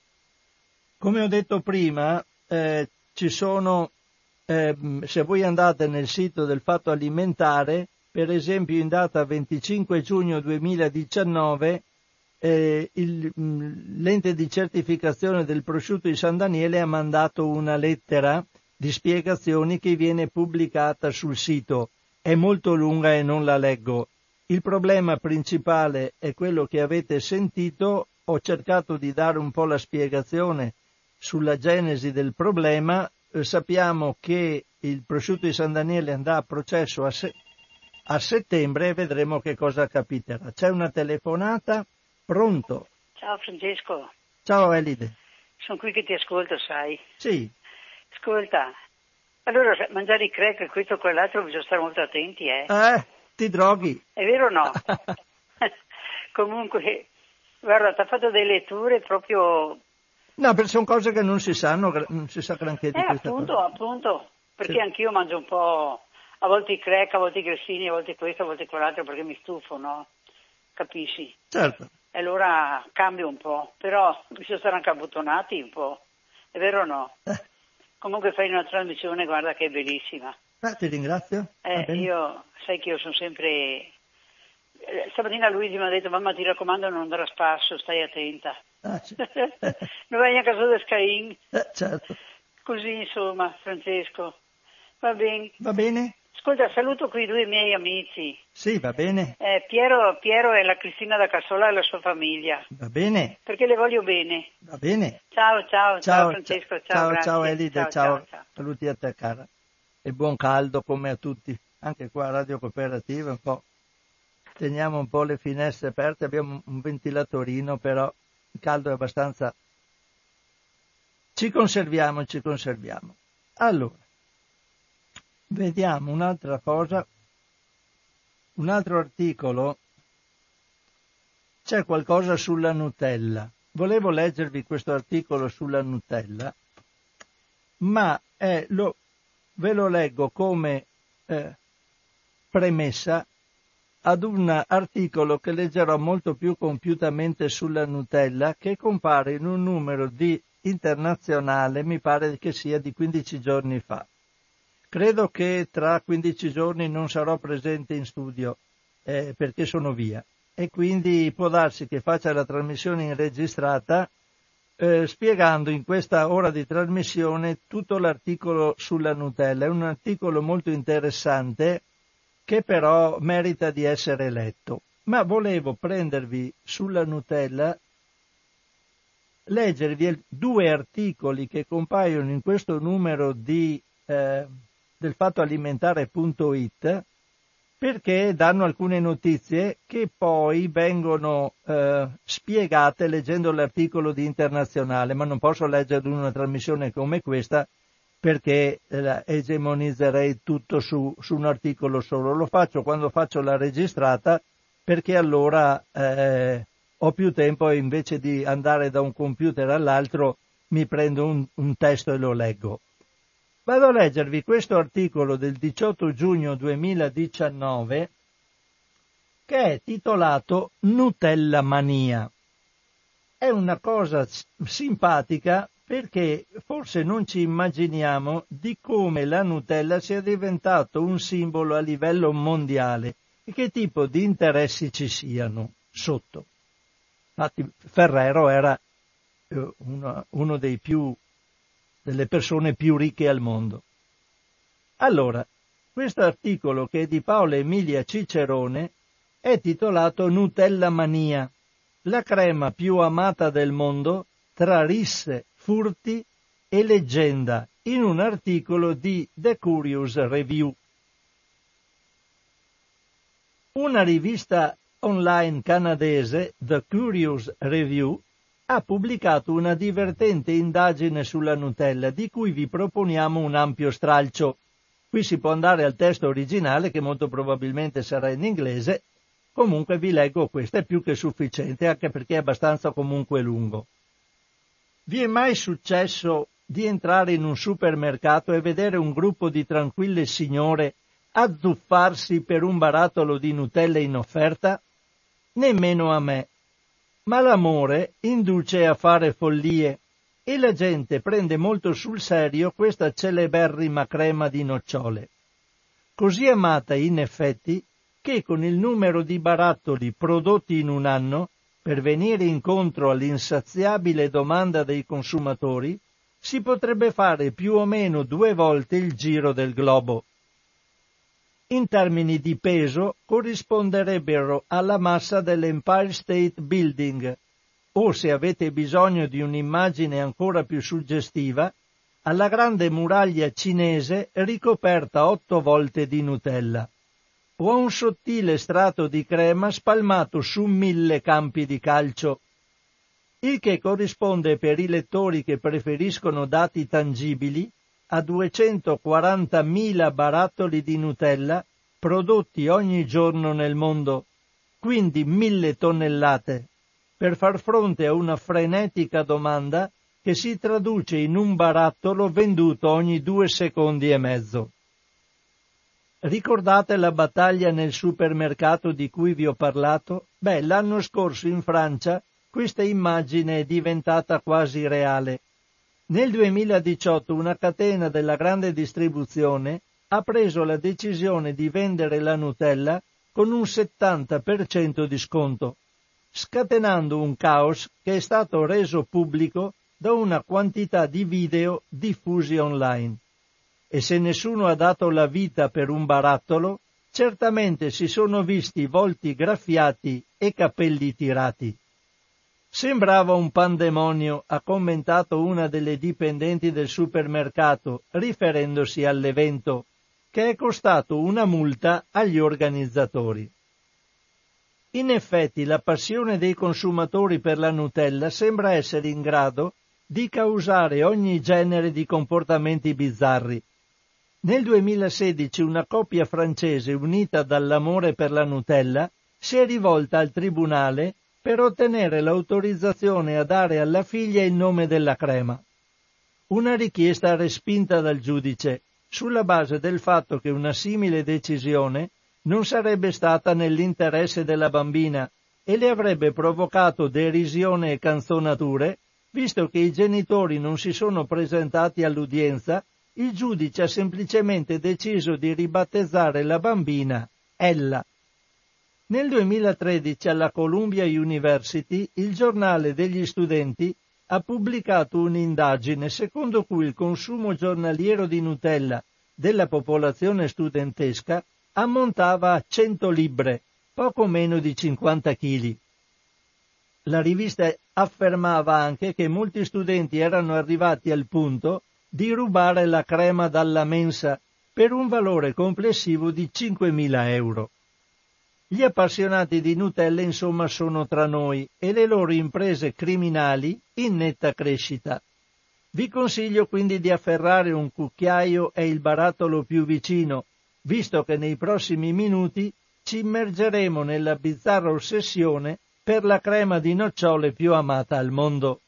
Come ho detto prima, eh, ci sono, eh, se voi andate nel sito del Fatto Alimentare, per esempio in data venticinque giugno duemiladiciannove, eh, il, l'ente di certificazione del prosciutto di San Daniele ha mandato una lettera di spiegazioni che viene pubblicata sul sito. È molto lunga e non la leggo. Il problema principale è quello che avete sentito. Ho cercato di dare un po' la spiegazione sulla genesi del problema. Eh, sappiamo che il prosciutto di San Daniele andrà a processo a, se- a settembre e vedremo che cosa capiterà. C'è una telefonata? Pronto? Ciao Francesco. Ciao Elide. Sono qui che ti ascolto, sai. Sì. Ascolta, allora mangiare i crack, questo e quell'altro bisogna stare molto attenti, eh. Eh, ti droghi. È vero o no? Comunque, guarda, ti ha fatto delle letture proprio... No, perché sono cose che non si sanno, non si sa granché di eh, questa appunto, cosa. appunto, perché Sì. anch'io mangio un po', a volte i crack, a volte i grissini, a volte questo, a volte quell'altro, perché mi stufo, no? Capisci? Certo. E allora cambio un po', però bisogna stare anche abbottonati un po', è vero o no? Eh. Comunque fai una trasmissione, guarda che è bellissima. Ah, ti ringrazio. Eh, io, sai che io sono sempre... Eh, stamattina Luigi mi ha detto, mamma ti raccomando non andare a spasso, stai attenta. Ah, sì. Non vai a casa da Scain. Eh, certo. Così insomma, Francesco. Va bene. Va bene? Ascolta, saluto qui due miei amici. Sì, va bene. Eh, Piero, Piero e la Cristina da Cassola e la sua famiglia. Va bene. Perché le voglio bene. Va bene. Ciao, ciao, ciao, ciao Francesco, ciao, ciao, ciao Elide, ciao, ciao, ciao. Saluti a te cara. E buon caldo come a tutti. Anche qua a Radio Cooperativa un po'. Teniamo un po' le finestre aperte, abbiamo un ventilatorino, però il caldo è abbastanza... Ci conserviamo, ci conserviamo. Allora, vediamo un'altra cosa. Un altro articolo. C'è qualcosa sulla Nutella. Volevo leggervi questo articolo sulla Nutella, ma è, lo, ve lo leggo come eh, premessa ad un articolo che leggerò molto più compiutamente sulla Nutella, che compare in un numero di internazionale, mi pare che sia di quindici giorni fa. Credo che tra quindici giorni non sarò presente in studio, eh, perché sono via, e quindi può darsi che faccia la trasmissione in registrata, eh, spiegando in questa ora di trasmissione tutto l'articolo sulla Nutella. È un articolo molto interessante, che però merita di essere letto. Ma volevo prendervi sulla Nutella, leggervi due articoli che compaiono in questo numero di eh, del fattoalimentare punto it, perché danno alcune notizie che poi vengono eh, spiegate leggendo l'articolo di Internazionale, ma non posso leggere una trasmissione come questa, perché eh, egemonizzerei tutto su, su un articolo solo. Lo faccio quando faccio la registrata, perché allora eh, ho più tempo e invece di andare da un computer all'altro mi prendo un, un testo e lo leggo. Vado a leggervi questo articolo del diciotto giugno duemiladiciannove, che è titolato Nutella Mania. È una cosa simpatica, perché forse non ci immaginiamo di come la Nutella sia diventato un simbolo a livello mondiale e che tipo di interessi ci siano sotto. Infatti Ferrero era eh, uno, uno dei più, delle persone più ricche al mondo. Allora, questo articolo, che è di Paola Emilia Cicerone, è titolato Nutella Mania, la crema più amata del mondo tra risse, furti e leggenda, in un articolo di The Curious Review. Una rivista online canadese, The Curious Review, ha pubblicato una divertente indagine sulla Nutella, di cui vi proponiamo un ampio stralcio. Qui si può andare al testo originale, che molto probabilmente sarà in inglese. Comunque vi leggo questo, è più che sufficiente, anche perché è abbastanza comunque lungo. Vi è mai successo di entrare in un supermercato e vedere un gruppo di tranquille signore azzuffarsi per un barattolo di Nutella in offerta? Nemmeno a me. Ma l'amore induce a fare follie e la gente prende molto sul serio questa celeberrima crema di nocciole. Così amata in effetti che con il numero di barattoli prodotti in un anno, per venire incontro all'insaziabile domanda dei consumatori, si potrebbe fare più o meno due volte il giro del globo. In termini di peso corrisponderebbero alla massa dell'Empire State Building, o, se avete bisogno di un'immagine ancora più suggestiva, alla grande muraglia cinese ricoperta otto volte di Nutella. o a un sottile strato di crema spalmato su mille campi di calcio, il che corrisponde per i lettori che preferiscono dati tangibili a duecentoquarantamila barattoli di Nutella prodotti ogni giorno nel mondo, quindi mille tonnellate, per far fronte a una frenetica domanda che si traduce in un barattolo venduto ogni due secondi e mezzo. Ricordate la battaglia nel supermercato di cui vi ho parlato? Beh, l'anno scorso in Francia questa immagine è diventata quasi reale. Nel duemiladiciotto una catena della grande distribuzione ha preso la decisione di vendere la Nutella con un settanta per cento di sconto, scatenando un caos che è stato reso pubblico da una quantità di video diffusi online. E se nessuno ha dato la vita per un barattolo, certamente si sono visti volti graffiati e capelli tirati. Sembrava un pandemonio, ha commentato una delle dipendenti del supermercato, riferendosi all'evento, che è costato una multa agli organizzatori. In effetti, la passione dei consumatori per la Nutella sembra essere in grado di causare ogni genere di comportamenti bizzarri. Nel duemilasedici una coppia francese unita dall'amore per la Nutella si è rivolta al tribunale per ottenere l'autorizzazione a dare alla figlia il nome della crema. Una richiesta respinta dal giudice, sulla base del fatto che una simile decisione non sarebbe stata nell'interesse della bambina e le avrebbe provocato derisione e canzonature, visto che i genitori non si sono presentati all'udienza. Il giudice ha semplicemente deciso di ribattezzare la bambina Ella. Nel duemilatredici alla Columbia University il giornale degli studenti ha pubblicato un'indagine secondo cui il consumo giornaliero di Nutella della popolazione studentesca ammontava a cento libbre, poco meno di cinquanta chili. La rivista affermava anche che molti studenti erano arrivati al punto di rubare la crema dalla mensa per un valore complessivo di cinquemila euro. Gli appassionati di Nutella insomma sono tra noi e le loro imprese criminali in netta crescita. Vi consiglio quindi di afferrare un cucchiaio e il barattolo più vicino, visto che nei prossimi minuti ci immergeremo nella bizzarra ossessione per la crema di nocciole più amata al mondo.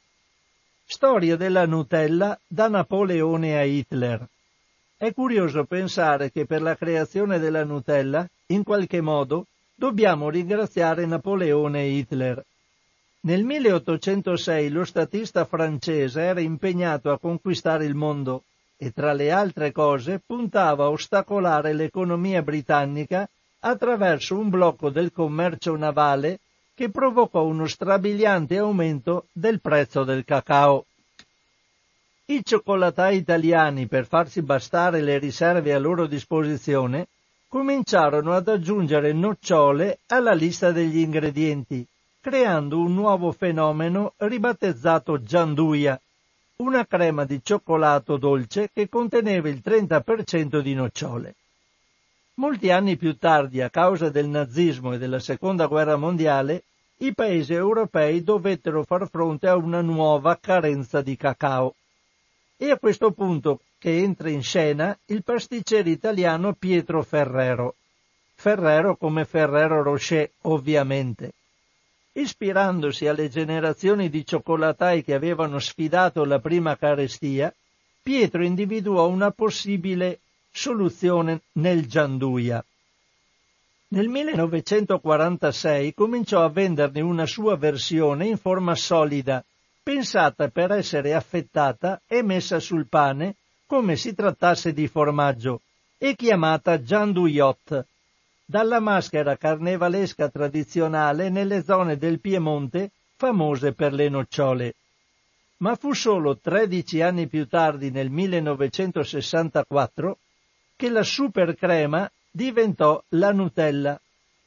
Storia della Nutella da Napoleone a Hitler. È curioso pensare che per la creazione della Nutella, in qualche modo, dobbiamo ringraziare Napoleone e Hitler. Nel milleottocentosei lo statista francese era impegnato a conquistare il mondo e tra le altre cose puntava a ostacolare l'economia britannica attraverso un blocco del commercio navale che provocò uno strabiliante aumento del prezzo del cacao. I cioccolatai italiani, per farsi bastare le riserve a loro disposizione, cominciarono ad aggiungere nocciole alla lista degli ingredienti, creando un nuovo fenomeno ribattezzato gianduia, una crema di cioccolato dolce che conteneva il trenta per cento di nocciole. Molti anni più tardi, a causa del nazismo e della Seconda Guerra Mondiale, i paesi europei dovettero far fronte a una nuova carenza di cacao. E a questo punto che entra in scena il pasticcere italiano Pietro Ferrero. Ferrero come Ferrero Rocher, ovviamente. Ispirandosi alle generazioni di cioccolatai che avevano sfidato la prima carestia, Pietro individuò una possibile soluzione nel gianduia. Nel millenovecentoquarantasei cominciò a venderne una sua versione in forma solida, pensata per essere affettata e messa sul pane come si trattasse di formaggio, e chiamata gianduiot, dalla maschera carnevalesca tradizionale nelle zone del Piemonte famose per le nocciole. Ma fu solo tredici anni più tardi, nel millenovecentosessantaquattro, che la super crema diventò la Nutella.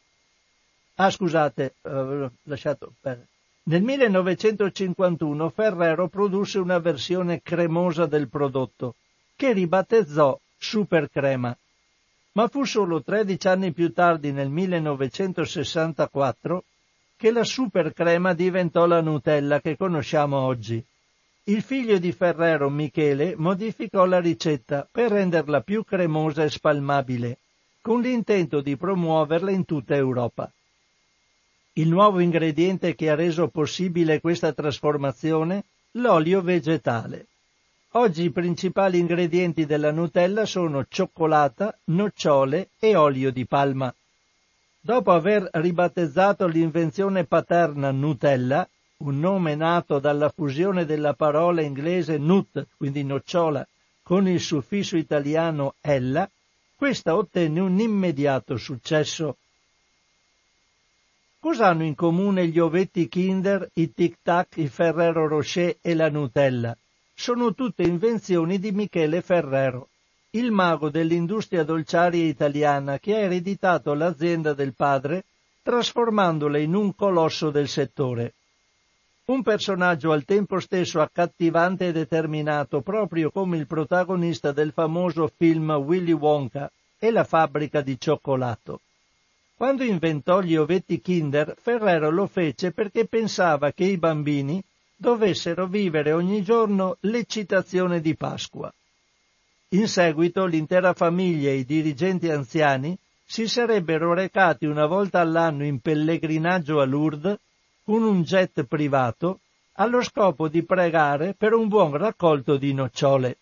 Ah, scusate, ho lasciato perdere. Nel millenovecentocinquantuno Ferrero produsse una versione cremosa del prodotto, che ribattezzò Super Crema. ma fu solo tredici anni più tardi, nel millenovecentosessantaquattro, che la super crema diventò la Nutella che conosciamo oggi. Il figlio di Ferrero, Michele, modificò la ricetta per renderla più cremosa e spalmabile, con l'intento di promuoverla in tutta Europa. Il nuovo ingrediente che ha reso possibile questa trasformazione? L'olio vegetale. Oggi i principali ingredienti della Nutella sono cioccolata, nocciole e olio di palma. Dopo aver ribattezzato l'invenzione paterna Nutella, un nome nato dalla fusione della parola inglese nut, quindi nocciola, con il suffisso italiano ella, questa ottenne un immediato successo. Cosa hanno in comune gli ovetti Kinder, i Tic Tac, il Ferrero Rocher e la Nutella? Sono tutte invenzioni di Michele Ferrero, il mago dell'industria dolciaria italiana che ha ereditato l'azienda del padre, trasformandola in un colosso del settore. Un personaggio al tempo stesso accattivante e determinato, proprio come il protagonista del famoso film Willy Wonka e la fabbrica di cioccolato. Quando inventò gli ovetti Kinder, Ferrero lo fece perché pensava che i bambini dovessero vivere ogni giorno l'eccitazione di Pasqua. In seguito l'intera famiglia e i dirigenti anziani si sarebbero recati una volta all'anno in pellegrinaggio a Lourdes con un jet privato allo scopo di pregare per un buon raccolto di nocciole.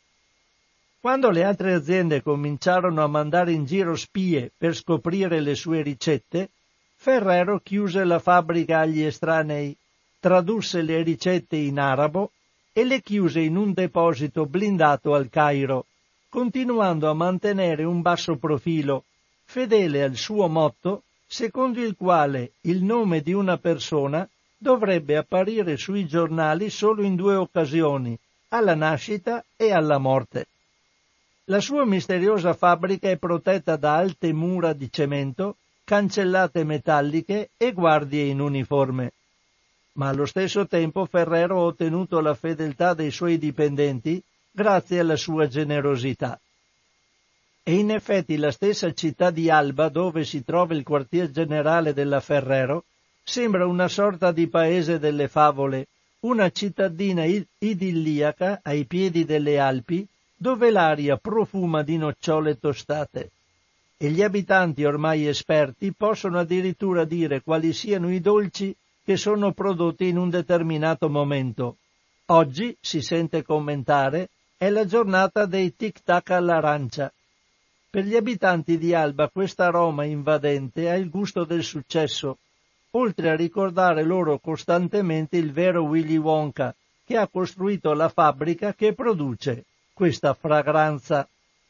Quando le altre aziende cominciarono a mandare in giro spie per scoprire le sue ricette, Ferrero chiuse la fabbrica agli estranei, tradusse le ricette in arabo e le chiuse in un deposito blindato al Cairo, continuando a mantenere un basso profilo, fedele al suo motto, secondo il quale il nome di una persona dovrebbe apparire sui giornali solo in due occasioni, alla nascita e alla morte. La sua misteriosa fabbrica è protetta da alte mura di cemento, cancellate metalliche e guardie in uniforme. Ma allo stesso tempo Ferrero ha ottenuto la fedeltà dei suoi dipendenti grazie alla sua generosità. E in effetti la stessa città di Alba, dove si trova il quartier generale della Ferrero, sembra una sorta di paese delle favole, una cittadina idilliaca ai piedi delle Alpi, dove l'aria profuma di nocciole tostate. E gli abitanti ormai esperti possono addirittura dire quali siano i dolci che sono prodotti in un determinato momento. Oggi, si sente commentare, è la giornata dei tic-tac all'arancia. Per gli abitanti di Alba questa aroma invadente ha il gusto del successo, oltre a ricordare loro costantemente il vero Willy Wonka, che ha costruito la fabbrica che produce questa fragranza.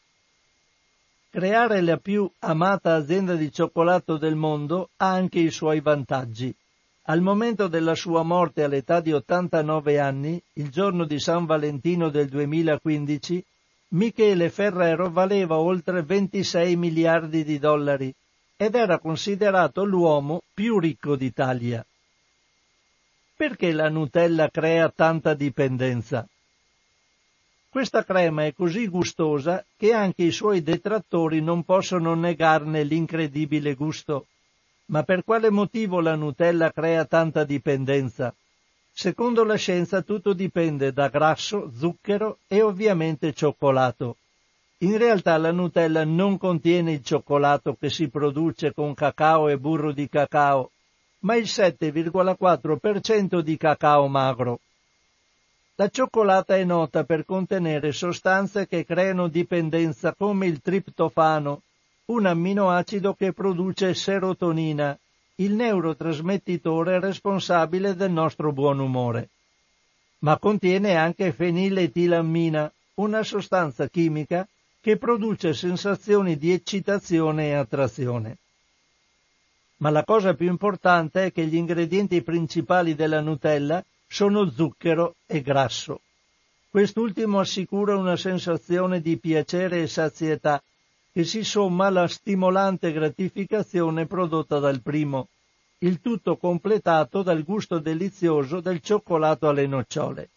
Creare la più amata azienda di cioccolato del mondo ha anche i suoi vantaggi. Al momento della sua morte all'età di ottantanove anni, il giorno di San Valentino del duemilaquindici, Michele Ferrero valeva oltre ventisei miliardi di dollari ed era considerato l'uomo più ricco d'Italia. Perché la Nutella crea tanta dipendenza? Questa crema è così gustosa che anche i suoi detrattori non possono negarne l'incredibile gusto. Ma per quale motivo la Nutella crea tanta dipendenza? Secondo la scienza tutto dipende da grasso, zucchero e ovviamente cioccolato. In realtà la Nutella non contiene il cioccolato che si produce con cacao e burro di cacao, ma il sette virgola quattro per cento di cacao magro. La cioccolata è nota per contenere sostanze che creano dipendenza come il triptofano, un amminoacido che produce serotonina, il neurotrasmettitore responsabile del nostro buon umore. Ma contiene anche feniletilammina, una sostanza chimica che produce sensazioni di eccitazione e attrazione. Ma la cosa più importante è che gli ingredienti principali della Nutella sono zucchero e grasso. Quest'ultimo assicura una sensazione di piacere e sazietà che si somma alla stimolante gratificazione prodotta dal primo, il tutto completato dal gusto delizioso del cioccolato alle nocciole.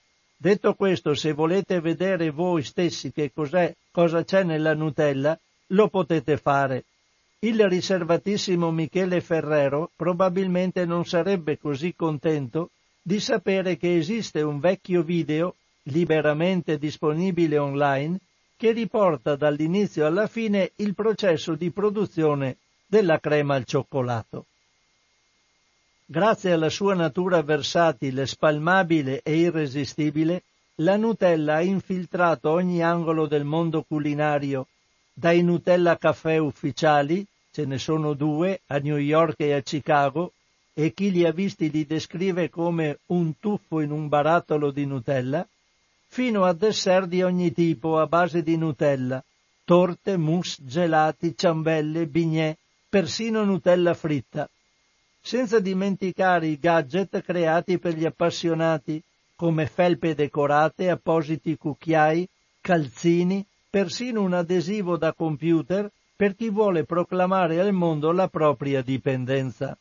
Detto questo, se volete vedere voi stessi che cos'è, cosa c'è nella Nutella, lo potete fare. Il riservatissimo Michele Ferrero probabilmente non sarebbe così contento di sapere che esiste un vecchio video, liberamente disponibile online, che riporta dall'inizio alla fine il processo di produzione della crema al cioccolato. Grazie alla sua natura versatile, spalmabile e irresistibile, la Nutella ha infiltrato ogni angolo del mondo culinario, dai Nutella caffè ufficiali, ce ne sono due, a New York e a Chicago, e chi li ha visti li descrive come un tuffo in un barattolo di Nutella, fino a dessert di ogni tipo a base di Nutella, torte, mousse, gelati, ciambelle, bignè, persino Nutella fritta. Senza dimenticare i gadget creati per gli appassionati, come felpe decorate, appositi cucchiai, calzini, persino un adesivo da computer per chi vuole proclamare al mondo la propria dipendenza.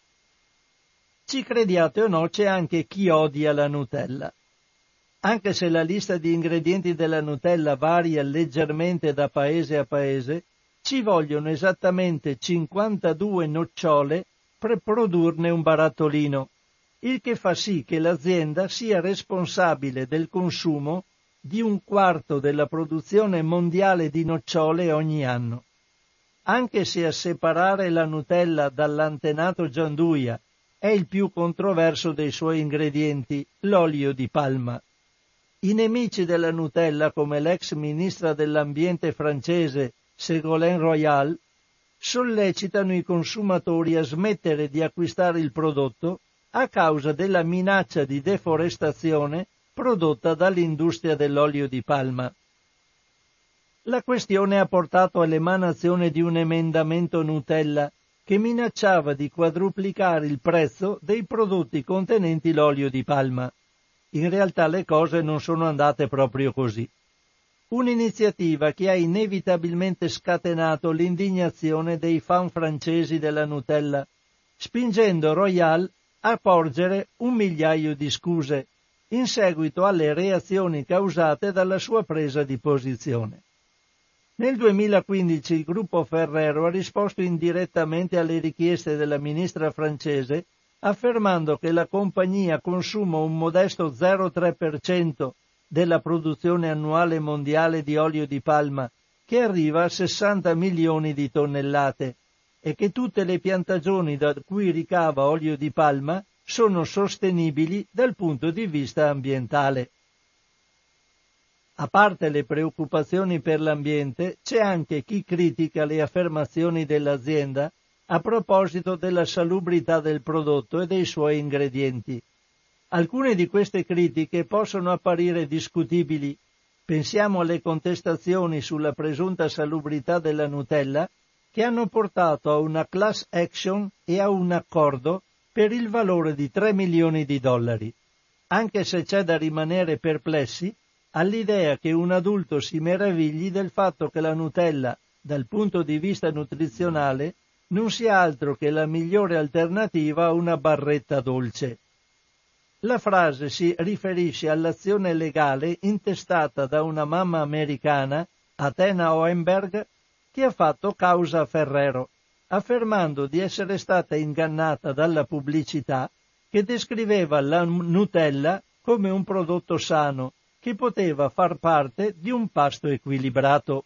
Ci crediate o no, c'è anche chi odia la Nutella. Anche se la lista di ingredienti della Nutella varia leggermente da paese a paese, ci vogliono esattamente cinquantadue nocciole per produrne un barattolino, il che fa sì che l'azienda sia responsabile del consumo di un quarto della produzione mondiale di nocciole ogni anno. Anche se a separare la Nutella dall'antenato gianduia è il più controverso dei suoi ingredienti, l'olio di palma. I nemici della Nutella, come l'ex ministra dell'ambiente francese Ségolène Royal, sollecitano i consumatori a smettere di acquistare il prodotto a causa della minaccia di deforestazione prodotta dall'industria dell'olio di palma. La questione ha portato all'emanazione di un emendamento Nutella che minacciava di quadruplicare il prezzo dei prodotti contenenti l'olio di palma. In realtà le cose non sono andate proprio così. Un'iniziativa che ha inevitabilmente scatenato l'indignazione dei fan francesi della Nutella, spingendo Royal a porgere un migliaio di scuse, in seguito alle reazioni causate dalla sua presa di posizione. Nel duemilaquindici il gruppo Ferrero ha risposto indirettamente alle richieste della ministra francese, affermando che la compagnia consuma un modesto zero virgola tre per cento della produzione annuale mondiale di olio di palma, che arriva a sessanta milioni di tonnellate, e che tutte le piantagioni da cui ricava olio di palma sono sostenibili dal punto di vista ambientale. A parte le preoccupazioni per l'ambiente, c'è anche chi critica le affermazioni dell'azienda a proposito della salubrità del prodotto e dei suoi ingredienti. Alcune di queste critiche possono apparire discutibili. Pensiamo alle contestazioni sulla presunta salubrità della Nutella, che hanno portato a una class action e a un accordo per il valore di tre milioni di dollari, anche se c'è da rimanere perplessi all'idea che un adulto si meravigli del fatto che la Nutella, dal punto di vista nutrizionale, non sia altro che la migliore alternativa a una barretta dolce. La frase si riferisce all'azione legale intestata da una mamma americana, Athena Hohenberg, che ha fatto causa a Ferrero, affermando di essere stata ingannata dalla pubblicità che descriveva la Nutella come un prodotto sano che poteva far parte di un pasto equilibrato.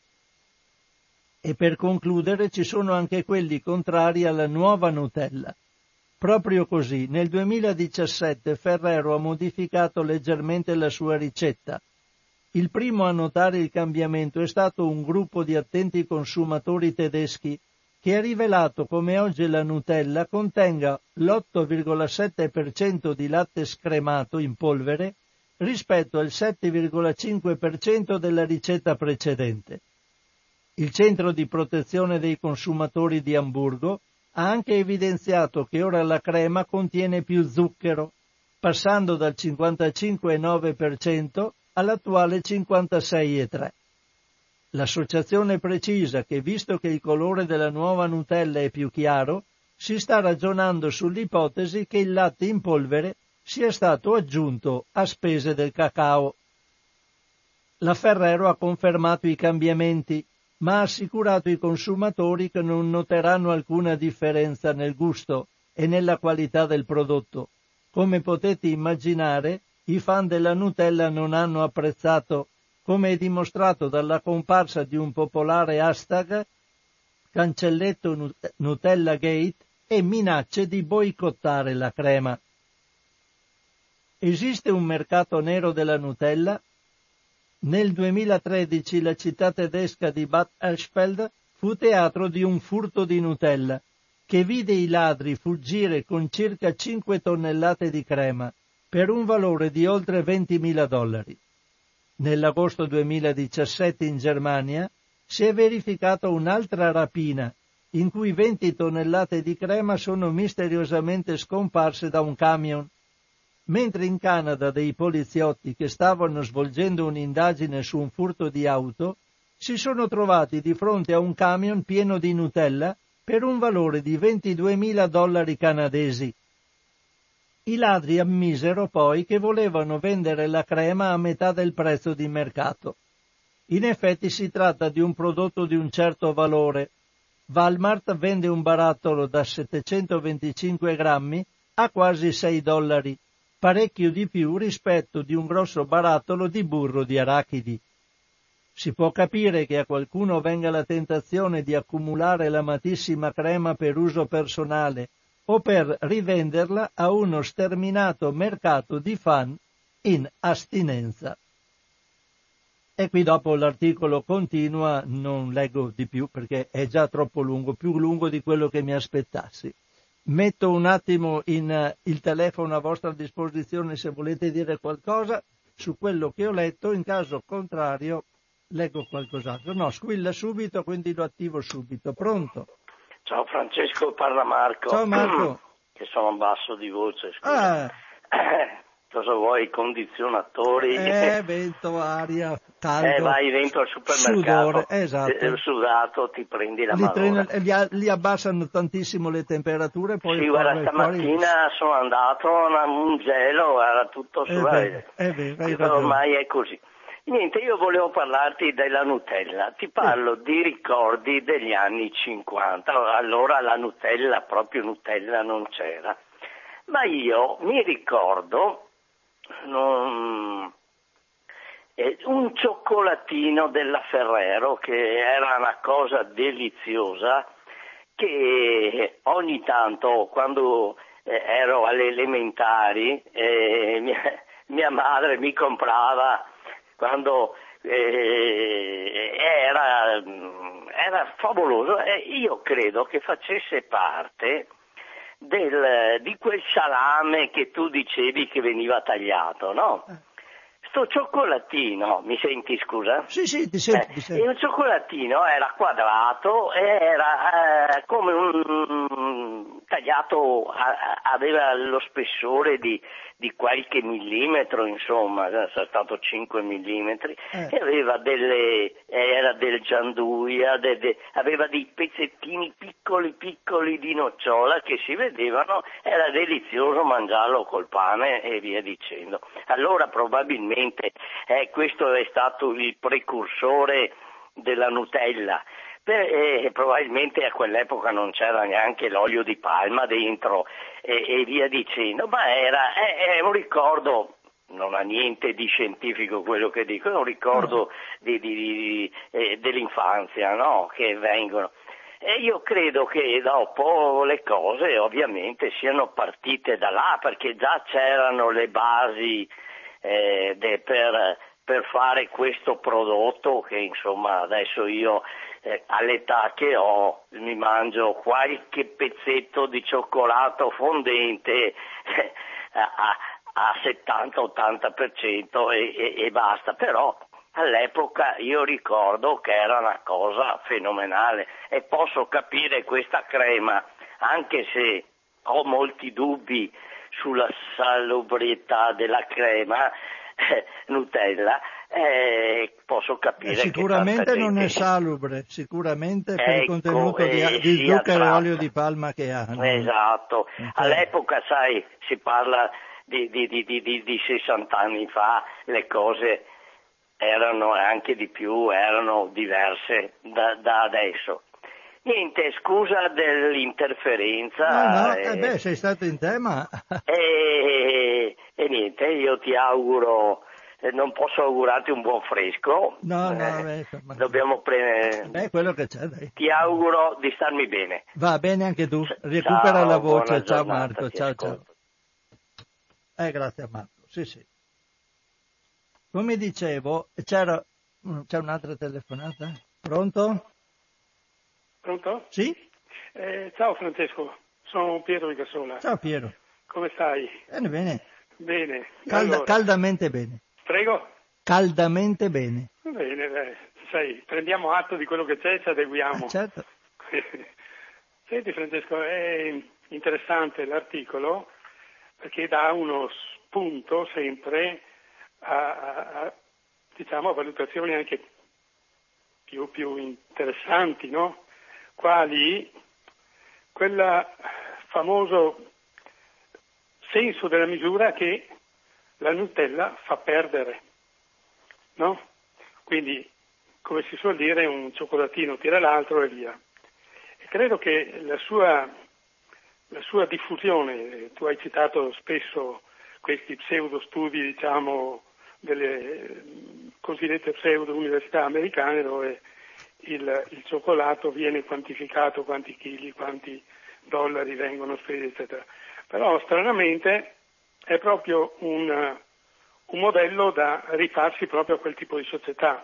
E per concludere ci sono anche quelli contrari alla nuova Nutella. Proprio così, nel duemiladiciassette Ferrero ha modificato leggermente la sua ricetta. Il primo a notare il cambiamento è stato un gruppo di attenti consumatori tedeschi che ha rivelato come oggi la Nutella contenga l'otto virgola sette per cento di latte scremato in polvere rispetto al sette virgola cinque per cento della ricetta precedente. Il Centro di protezione dei consumatori di Amburgo ha anche evidenziato che ora la crema contiene più zucchero, passando dal cinquantacinque virgola nove per cento all'attuale cinquantasei virgola tre per cento. L'associazione precisa che, visto che il colore della nuova Nutella è più chiaro, si sta ragionando sull'ipotesi che il latte in polvere sia stato aggiunto a spese del cacao. La Ferrero ha confermato i cambiamenti, ma ha assicurato i consumatori che non noteranno alcuna differenza nel gusto e nella qualità del prodotto. Come potete immaginare, i fan della Nutella non hanno apprezzato, come è dimostrato dalla comparsa di un popolare hashtag cancelletto Nutella Gate e minacce di boicottare la crema. Esiste un mercato nero della Nutella? Nel duemilatredici la città tedesca di Bad Hersfeld fu teatro di un furto di Nutella, che vide i ladri fuggire con circa cinque tonnellate di crema, per un valore di oltre ventimila dollari. Nell'agosto duemiladiciassette in Germania si è verificata un'altra rapina, in cui venti tonnellate di crema sono misteriosamente scomparse da un camion, mentre in Canada dei poliziotti che stavano svolgendo un'indagine su un furto di auto si sono trovati di fronte a un camion pieno di Nutella per un valore di ventiduemila dollari canadesi. I ladri ammisero poi che volevano vendere la crema a metà del prezzo di mercato. In effetti si tratta di un prodotto di un certo valore. Walmart vende un barattolo da settecentoventicinque grammi a quasi sei dollari, parecchio di più rispetto di un grosso barattolo di burro di arachidi. Si può capire che a qualcuno venga la tentazione di accumulare l'amatissima crema per uso personale o per rivenderla a uno sterminato mercato di fan in astinenza. E qui dopo l'articolo continua, non leggo di più perché è già troppo lungo, più lungo di quello che mi aspettassi. Metto un attimo in, uh, il telefono a vostra disposizione se volete dire qualcosa su quello che ho letto, in caso contrario leggo qualcos'altro. No, squilla subito, quindi lo attivo subito. Pronto? Ciao Francesco, parla Marco. Ciao Marco. Che sono basso di voce, Ah. scusa. Eh, cosa vuoi? Condizionatori? Eh, vento, aria, caldo. Eh, vai dentro al supermercato. Sudore, esatto. Eh, sudato, ti prendi la li, malora. Trena, li, li abbassano tantissimo le temperature, poi sì, guarda, stamattina fuori... sono andato a un gelo, era tutto sulla... È vero, è vero. Ormai è così. Niente, io volevo parlarti della Nutella, ti parlo sì. di ricordi degli anni cinquanta, allora la Nutella, proprio Nutella non c'era, ma io mi ricordo non... eh, un cioccolatino della Ferrero che era una cosa deliziosa, che ogni tanto quando eh, ero alle elementari eh, mia, mia madre mi comprava, quando eh, era, era favoloso, e io credo che facesse parte del, di quel salame che tu dicevi che veniva tagliato, no? Sto cioccolatino, mi senti scusa? Sì, sì, ti sento. Eh, ti sento. Il cioccolatino era quadrato, era eh, come un tagliato, a, aveva lo spessore di, di qualche millimetro, insomma, era stato cinque millimetri, eh. e aveva delle, era del gianduia, de, de, aveva dei pezzettini piccoli piccoli di nocciola che si vedevano, era delizioso mangiarlo col pane e via dicendo. Allora probabilmente Eh, questo è stato il precursore della Nutella. Per, eh, probabilmente a quell'epoca non c'era neanche l'olio di palma dentro eh, e via dicendo, ma era è, è un ricordo, non ha niente di scientifico quello che dico, è un ricordo di, di, di, eh, dell'infanzia, no? Che vengono. E io credo che dopo le cose ovviamente siano partite da là, perché già c'erano le basi Eh, de, per, per fare questo prodotto che insomma adesso io eh, all'età che ho mi mangio qualche pezzetto di cioccolato fondente eh, a, a settanta ottanta per cento e, e, e basta, però all'epoca io ricordo che era una cosa fenomenale e posso capire questa crema, anche se ho molti dubbi sulla salubrietà della crema eh, Nutella, eh, posso capire eh, sicuramente che non gente... è salubre, sicuramente ecco, per il contenuto eh, di, di zucchero e tratta. olio di palma che ha. No? Esatto, okay. All'epoca sai si parla di, di, di, di, di sessanta anni fa, le cose erano anche di più, erano diverse da, da adesso. Niente, scusa dell'interferenza. No, no, e, eh beh, sei stato in tema. e, e niente, io ti auguro, eh, non posso augurarti un buon fresco. No, no, eh, beh, insomma, dobbiamo prendere. Beh, quello che c'è, dai. Ti auguro di starmi bene. Va bene anche tu, C- recupera ciao, la voce. buona Ciao giornata, Marco, ti ciao ascolto. ciao. Eh, grazie a Marco, sì sì. Come dicevo, c'era, c'è un'altra telefonata? Pronto? Pronto? Sì? Eh, ciao Francesco, sono Piero di Cassola. Ciao Piero. Come stai? Bene, bene. Bene. Calda, Allora, caldamente bene. prego? Caldamente bene. Bene, beh, sai, prendiamo atto di quello che c'è e ci adeguiamo. Ah, certo. Senti Francesco, è interessante l'articolo perché dà uno spunto sempre a, a, a diciamo, a valutazioni anche più, più interessanti, no? Quali quel famoso senso della misura che la Nutella fa perdere, no? Quindi, come si suol dire, un cioccolatino tira l'altro e via. E credo che la sua, la sua diffusione, tu hai citato spesso questi pseudo studi, diciamo, delle cosiddette pseudo università americane dove il, il cioccolato viene quantificato, quanti chili, quanti dollari vengono spesi, eccetera. Però stranamente è proprio un, un modello da rifarsi proprio a quel tipo di società,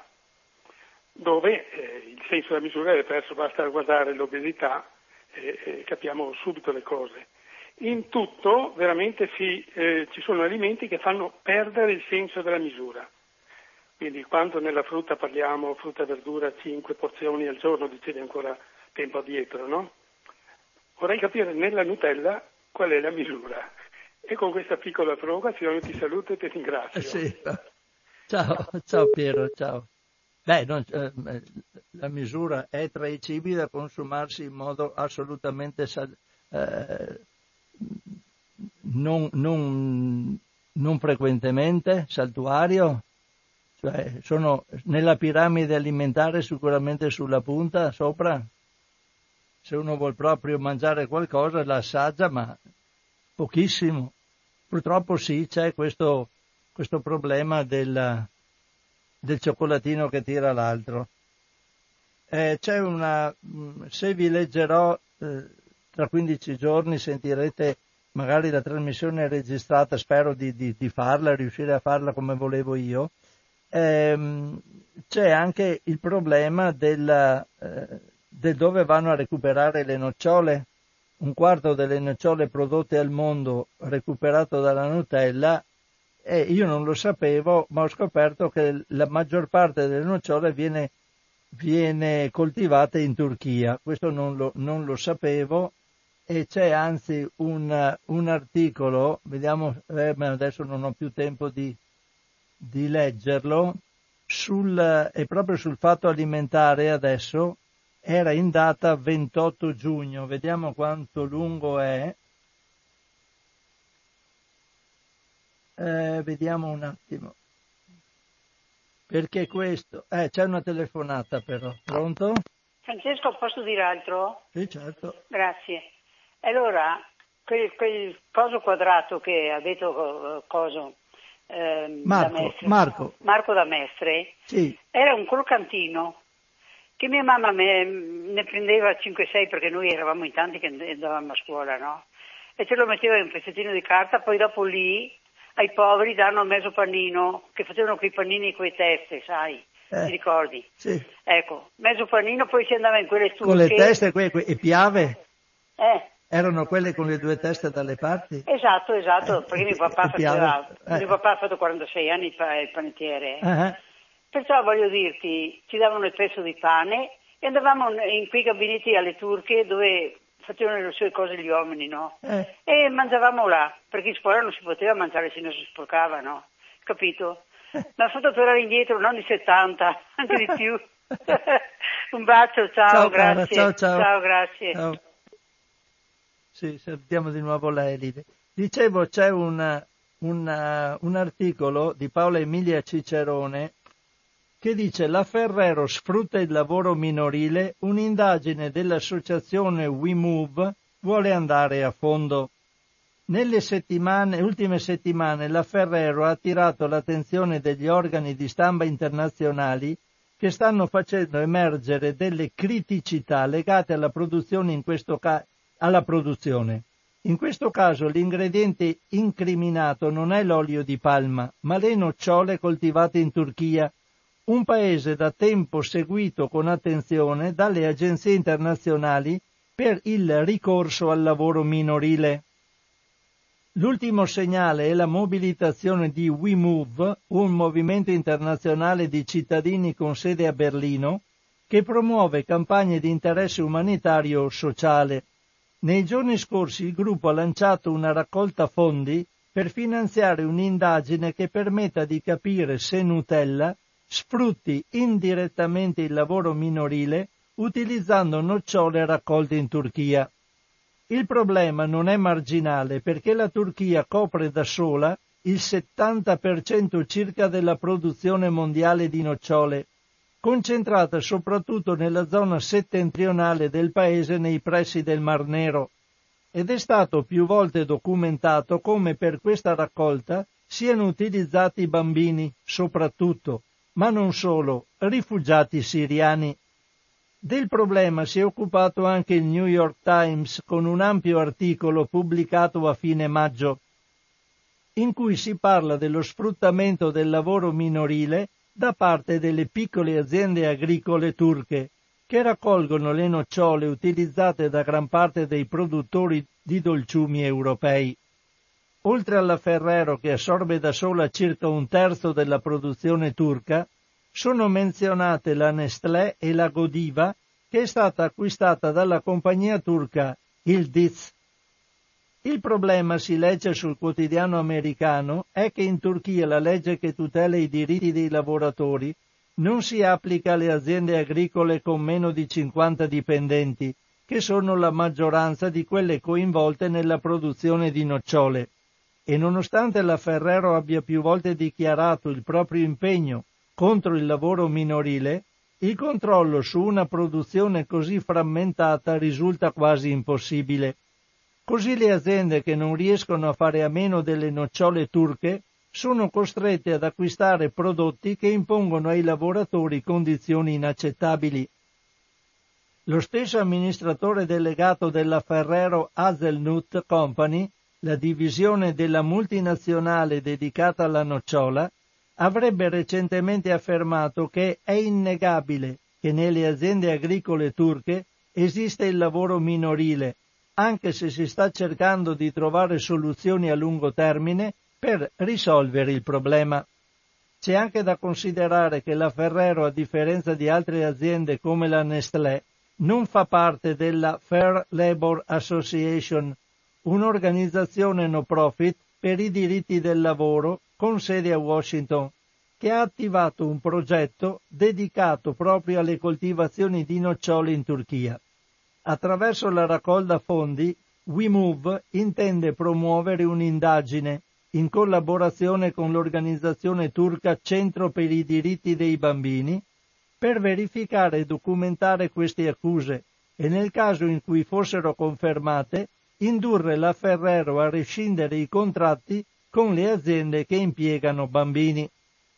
dove eh, il senso della misura è perso, basta guardare l'obesità e, e capiamo subito le cose. In tutto veramente si, eh, ci sono alimenti che fanno perdere il senso della misura. Quindi quando nella frutta parliamo frutta e verdura cinque porzioni al giorno, dicevi ancora tempo addietro, no? Vorrei capire nella Nutella qual è la misura. E con questa piccola provocazione ti saluto e ti ringrazio. Eh sì. Ciao, ciao Piero, ciao. Beh, non, eh, la misura è tra i cibi da consumarsi in modo assolutamente sal, eh, non, non, non frequentemente, saltuario, cioè sono nella piramide alimentare sicuramente sulla punta, sopra. Se uno vuol proprio mangiare qualcosa la assaggia, ma pochissimo. Purtroppo sì, c'è questo, questo problema del, del cioccolatino che tira l'altro. Eh, c'è una, se vi leggerò, eh, tra quindici giorni sentirete magari la trasmissione registrata, spero di, di, di farla, riuscire a farla come volevo io. Eh, c'è anche il problema del, eh, del dove vanno a recuperare le nocciole. Un quarto delle nocciole prodotte al mondo recuperato dalla Nutella, e io non lo sapevo, ma ho scoperto che la maggior parte delle nocciole viene, viene coltivata in Turchia. Questo non lo, non lo sapevo, e c'è anzi un, un articolo, vediamo, eh, ma adesso non ho più tempo di, di leggerlo, sul, è proprio sul Fatto Alimentare adesso. Era in data ventotto giugno, vediamo quanto lungo è. Eh, vediamo un attimo. Perché questo... Eh, c'è una telefonata però. Pronto? Francesco, posso dire altro? Sì, certo. Grazie. Allora, quel, quel coso quadrato che ha detto uh, coso... Eh, Marco, da Mestre, Marco. Marco da Mestre, Sì. Era un croccantino che mia mamma me, ne prendeva cinque sei perché noi eravamo in tanti che andavamo a scuola, no? E ce lo metteva in un pezzettino di carta, poi dopo lì ai poveri danno mezzo panino, che facevano quei panini con le teste, sai, Eh, ti ricordi? Sì. Ecco, mezzo panino, poi si andava in quelle turche. Con le teste que, que, e piave? Eh. Erano quelle con le due teste dalle parti? Esatto, esatto, Eh, perché mio e, papà e piave. faceva, Eh. mio papà ha fatto quarantasei anni il panettiere. Eh. Uh-huh. Perciò voglio dirti, ci davano il pezzo di pane e andavamo in quei gabinetti alle turche dove facevano le sue cose gli uomini, no? Eh. E mangiavamo là, perché in scuola non si poteva mangiare se non si sporcava, no? Capito? Mi ha fatto tornare indietro, non di settanta, anche di più. Un bacio, ciao, Ciao, grazie. Cara, ciao, ciao. Ciao, grazie. Ciao. Sì, sentiamo di nuovo lei, Livia. Dicevo, c'è un, un, un articolo di Paola Emilia Cicerone che dice: la Ferrero sfrutta il lavoro minorile, un'indagine dell'associazione WeMove vuole andare a fondo. Nelle settimane, ultime settimane la Ferrero ha attirato l'attenzione degli organi di stampa internazionali che stanno facendo emergere delle criticità legate alla produzione in questo ca- alla produzione. In questo caso l'ingrediente incriminato non è l'olio di palma, ma le nocciole coltivate in Turchia, un paese da tempo seguito con attenzione dalle agenzie internazionali per il ricorso al lavoro minorile. L'ultimo segnale è la mobilitazione di WeMove, un movimento internazionale di cittadini con sede a Berlino, che promuove campagne di interesse umanitario o sociale. Nei giorni scorsi il gruppo ha lanciato una raccolta fondi per finanziare un'indagine che permetta di capire se Nutella sfrutti indirettamente il lavoro minorile utilizzando nocciole raccolte in Turchia. Il problema non è marginale perché la Turchia copre da sola il settanta per cento circa della produzione mondiale di nocciole, concentrata soprattutto nella zona settentrionale del paese nei pressi del Mar Nero, ed è stato più volte documentato come per questa raccolta siano utilizzati bambini, soprattutto, ma non solo, rifugiati siriani. Del problema si è occupato anche il New York Times con un ampio articolo pubblicato a fine maggio, in cui si parla dello sfruttamento del lavoro minorile da parte delle piccole aziende agricole turche, che raccolgono le nocciole utilizzate da gran parte dei produttori di dolciumi europei. Oltre alla Ferrero, che assorbe da sola circa un terzo della produzione turca, sono menzionate la Nestlé e la Godiva, che è stata acquistata dalla compagnia turca Yildiz. Il problema, si legge sul quotidiano americano, è che in Turchia la legge che tutela i diritti dei lavoratori non si applica alle aziende agricole con meno di cinquanta dipendenti, che sono la maggioranza di quelle coinvolte nella produzione di nocciole. E nonostante la Ferrero abbia più volte dichiarato il proprio impegno contro il lavoro minorile, il controllo su una produzione così frammentata risulta quasi impossibile. Così le aziende che non riescono a fare a meno delle nocciole turche sono costrette ad acquistare prodotti che impongono ai lavoratori condizioni inaccettabili. Lo stesso amministratore delegato della Ferrero Hazelnut Company, la divisione della multinazionale dedicata alla nocciola, avrebbe recentemente affermato che è innegabile che nelle aziende agricole turche esiste il lavoro minorile, anche se si sta cercando di trovare soluzioni a lungo termine per risolvere il problema. C'è anche da considerare che la Ferrero, a differenza di altre aziende come la Nestlé, non fa parte della Fair Labor Association, un'organizzazione no profit per i diritti del lavoro con sede a Washington, che ha attivato un progetto dedicato proprio alle coltivazioni di nocciole in Turchia. Attraverso la raccolta fondi, WeMove intende promuovere un'indagine in collaborazione con l'organizzazione turca Centro per i diritti dei bambini per verificare e documentare queste accuse e, nel caso in cui fossero confermate, indurre la Ferrero a rescindere i contratti con le aziende che impiegano bambini.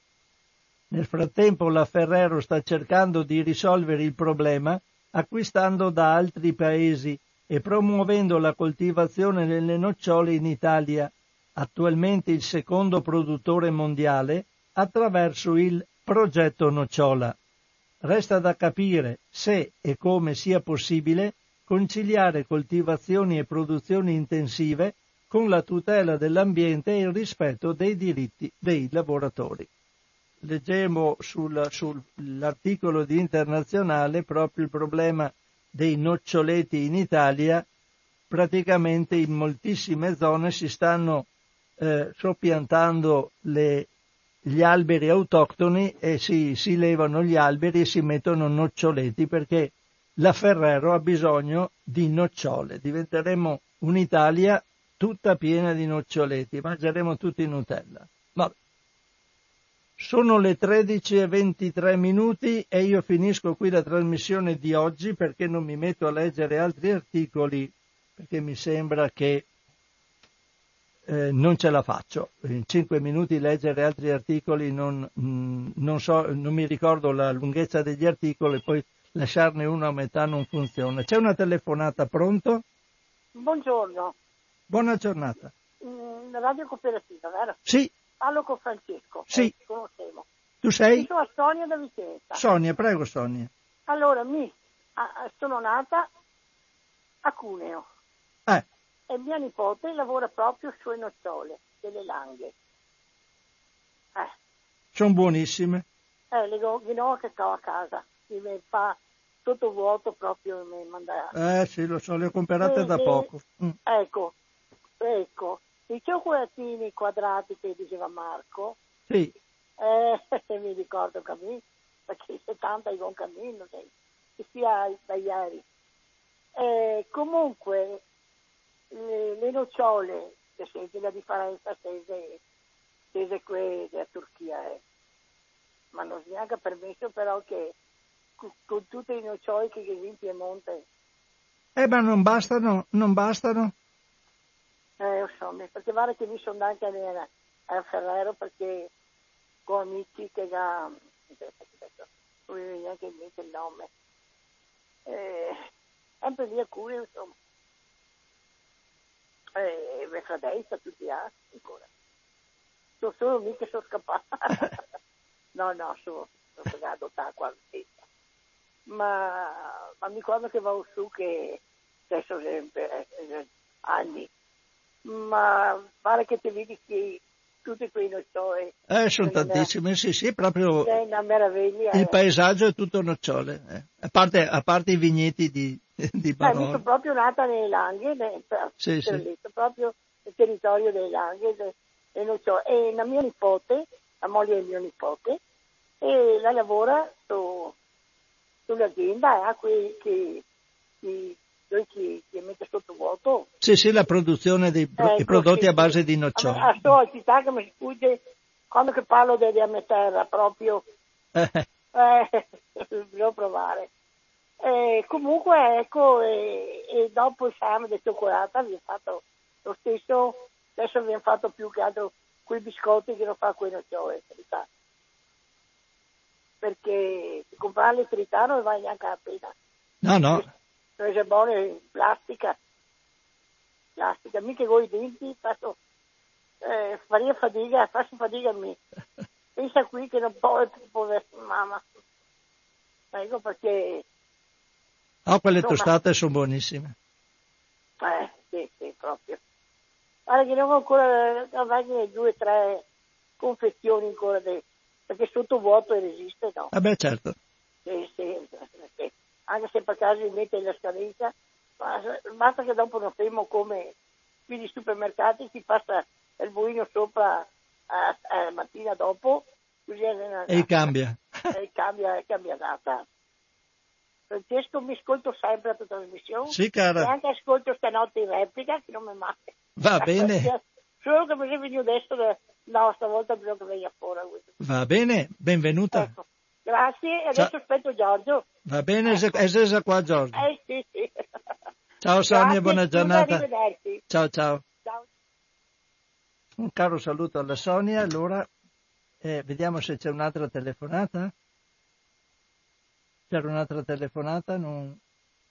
Nel frattempo la Ferrero sta cercando di risolvere il problema acquistando da altri paesi e promuovendo la coltivazione delle nocciole in Italia, attualmente il secondo produttore mondiale, attraverso il progetto Nocciola. Resta da capire se e come sia possibile conciliare coltivazioni e produzioni intensive con la tutela dell'ambiente e il rispetto dei diritti dei lavoratori. Leggevo sul, sull'articolo di Internazionale proprio il problema dei noccioleti in Italia. Praticamente in moltissime zone si stanno eh, soppiantando le, gli alberi autoctoni e si, si levano gli alberi e si mettono noccioleti perché la Ferrero ha bisogno di nocciole. Diventeremo un'Italia tutta piena di noccioleti, mangeremo tutti Nutella. Vabbè. Sono le tredici e ventitré minuti e io finisco qui la trasmissione di oggi perché non mi metto a leggere altri articoli, perché mi sembra che eh, non ce la faccio. In cinque minuti leggere altri articoli non, mh, non so, non mi ricordo la lunghezza degli articoli, poi lasciarne uno a metà non funziona. C'è una telefonata, pronto? Buongiorno. Buona giornata. Mm, Radio Cooperativa, vero? Sì. Parlo con Francesco. Sì. Eh, conoscevo. Tu sei? Io sono Sonia da Vicenza. Sonia, prego Sonia. Allora, mi, ah, sono nata a Cuneo. Eh. E mia nipote lavora proprio sulle nocciole delle Langhe. Eh. Sono buonissime. Eh, le ghinoa che ho a casa. Mi fa sottovuoto proprio mi manda. Eh sì, lo so, le ho comprate e, da e, poco. Mm. Ecco, ecco. I cioccolatini quadrati che diceva Marco. Sì. Eh, mi ricordo cammino, perché settanta io un cammino, che sia da ieri. Eh, comunque, le, le nocciole, che senti la differenza se se qui della Turchia è. Ma non si neanche permesso però che con, con tutte le nocciole che in Piemonte. Eh, ma non bastano, non bastano. Eh, lo so, perché guarda che mi sono anche a, a Ferrero perché con amici che già, non mi viene neanche in mente il nome, eh, sempre lì a Cuneo, insomma, e eh, mia fratelli tutti altri ancora. Sono solo mica sono scappata. no, no, sono, sono pagato da quasi. Ma, ma mi ricordo che vado su che adesso sempre eh, anni. Ma pare che ti vedi che tutti quei nocciole. Eh, sono tantissime, sì, sì, proprio. È una meraviglia. Il eh. paesaggio è tutto nocciole, eh. a, parte, a parte i vigneti di, di Barolo. Eh, mi sono proprio nata nelle Langhe, nel, sì, sì. Letto, proprio nel territorio delle Langhe, de, de nocciole. E la mia nipote, la moglie del mio nipote, e la lavora su, sull'azienda, eh, qui, che, che, lui che, che mette sotto vuoto. Sì, sì, la produzione dei ecco, prodotti sì, a base sì. di nocciole. A, a sua città che mi sfugge, quando che parlo della mia terra, proprio, Eh. eh, devo provare. Eh, comunque, ecco, e, e dopo il esame di cioccolata abbiamo fatto lo stesso, adesso abbiamo fatto più che altro quei biscotti che non fa quei nocciole, verità. Perché comprare trità non vale neanche la pena. No, no. Non è buono in plastica, plastica, mica con i denti, faccio, eh, faria fatica, faccio fatica a me. Pensa qui che non può, povera mamma. Ecco perché. Oh, quelle insomma, tostate sono buonissime. Eh, sì, sì, proprio. Guarda che non ho ancora, avrei due o tre confezioni ancora, de, perché sotto vuoto resiste, no? Eh beh, certo. Sì, sì, sì. Anche se per caso mi mette la scadenza, basta che dopo non fermo come qui nei supermercati si passa il buino sopra a, a mattina dopo, così è una e cambia. E cambia, cambia data. Francesco, mi ascolto sempre la tua trasmissione. Sì, cara. E anche ascolto stanotte in replica, che non mi manca. Va bene. Solo che mi sei venuto adesso, no, stavolta bisogna che venga fuori. Va bene, benvenuta. Ecco. Grazie, e adesso Ciao. Aspetto Giorgio. Va bene, ecco. È già qua Giorgio. Eh sì, sì. Ciao Sonia, Grazie, buona giornata. Arrivederci. Ciao, ciao. Ciao. Un caro saluto alla Sonia, allora eh, vediamo se c'è un'altra telefonata. C'era un'altra telefonata? Non...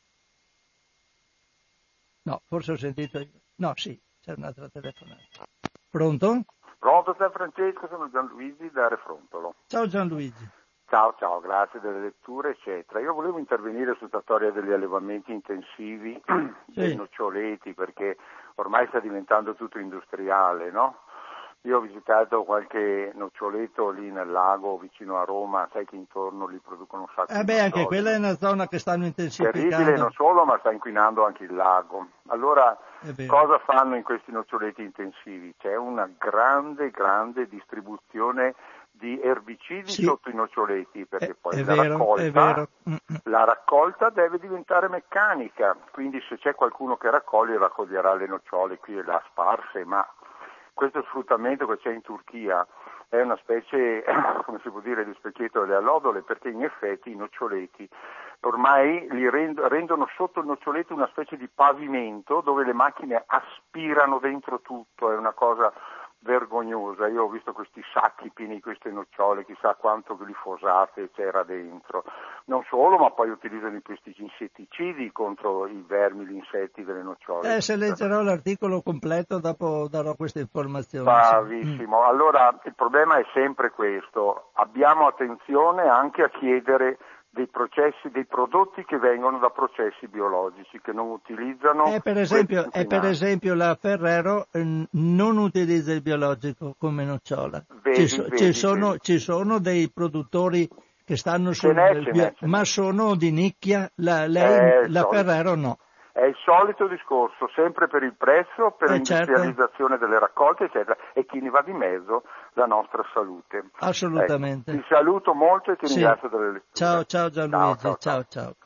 No, forse ho sentito io. No, sì, c'è un'altra telefonata. Pronto? Pronto, San Francesco, sono Gianluigi da Refrontolo. Ciao Gianluigi. Ciao, ciao, grazie delle letture, eccetera. Io volevo intervenire sulla storia degli allevamenti intensivi, sì. dei noccioleti, perché ormai sta diventando tutto industriale, no? Io ho visitato qualche noccioleto lì nel lago vicino a Roma, sai che intorno li producono un sacco eh di beh, anche quella è una zona che stanno intensificando. Terribile non solo, ma sta inquinando anche il lago. Allora, cosa fanno in questi noccioleti intensivi? C'è una grande, grande distribuzione di erbicidi sì. sotto i noccioleti, perché è, poi è la, vero, raccolta, la raccolta deve diventare meccanica, quindi se c'è qualcuno che raccoglie, raccoglierà le nocciole qui e le ha sparse, ma questo sfruttamento che c'è in Turchia è una specie, come si può dire, di specchietto delle allodole, perché in effetti i noccioleti ormai li rend- rendono sotto il nocciolete una specie di pavimento dove le macchine aspirano dentro tutto, è una cosa vergognosa. Io ho visto questi sacchi pieni di queste nocciole, chissà quanto glifosate c'era dentro. Non solo, ma poi utilizzano i pesticidi insetticidi contro i vermi, gli insetti delle nocciole. Eh, se leggerò l'articolo completo dopo darò queste informazioni. Bravissimo. Sì. Allora il problema è sempre questo: abbiamo attenzione anche a chiedere dei processi, dei prodotti che vengono da processi biologici, che non utilizzano. Eh, per esempio, eh, per esempio la Ferrero eh, non utilizza il biologico come nocciola. Vedi, ci, so, vedi, ci, sono, vedi. ci sono dei produttori che stanno sul n'è, ce bio, n'è, ce n'è. ma sono di nicchia, la, lei, eh, la solito. Ferrero no. È il solito discorso, sempre per il prezzo, per eh, l'industrializzazione certo. delle raccolte, eccetera, e chi ne va di mezzo, la nostra salute. Assolutamente. Ecco, ti saluto molto e ti sì. ringrazio delle letture. Ciao, ciao Gianluigi, ciao, ciao, ciao, ciao. ciao.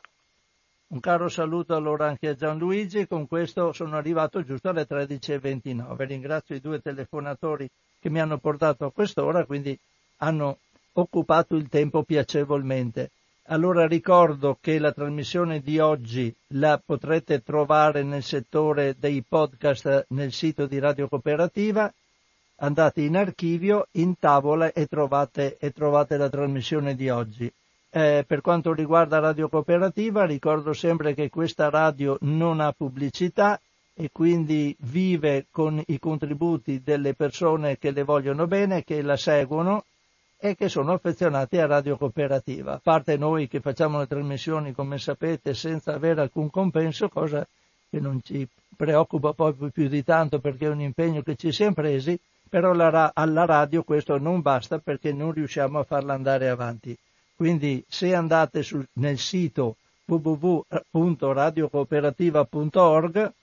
Un caro saluto allora anche a Gianluigi, con questo sono arrivato giusto alle tredici e ventinove. Ringrazio i due telefonatori che mi hanno portato a quest'ora, quindi hanno occupato il tempo piacevolmente. Allora ricordo che la trasmissione di oggi la potrete trovare nel settore dei podcast nel sito di Radio Cooperativa. Andate in archivio, in tavola e trovate, e trovate la trasmissione di oggi. Eh, per quanto riguarda Radio Cooperativa, ricordo sempre che questa radio non ha pubblicità e quindi vive con i contributi delle persone che le vogliono bene, che la seguono e che sono affezionati a Radio Cooperativa. A parte noi che facciamo le trasmissioni, come sapete, senza avere alcun compenso, cosa che non ci preoccupa poi più di tanto perché è un impegno che ci siamo presi, però la, alla radio questo non basta perché non riusciamo a farla andare avanti. Quindi se andate sul, nel sito w w w punto radio cooperativa punto org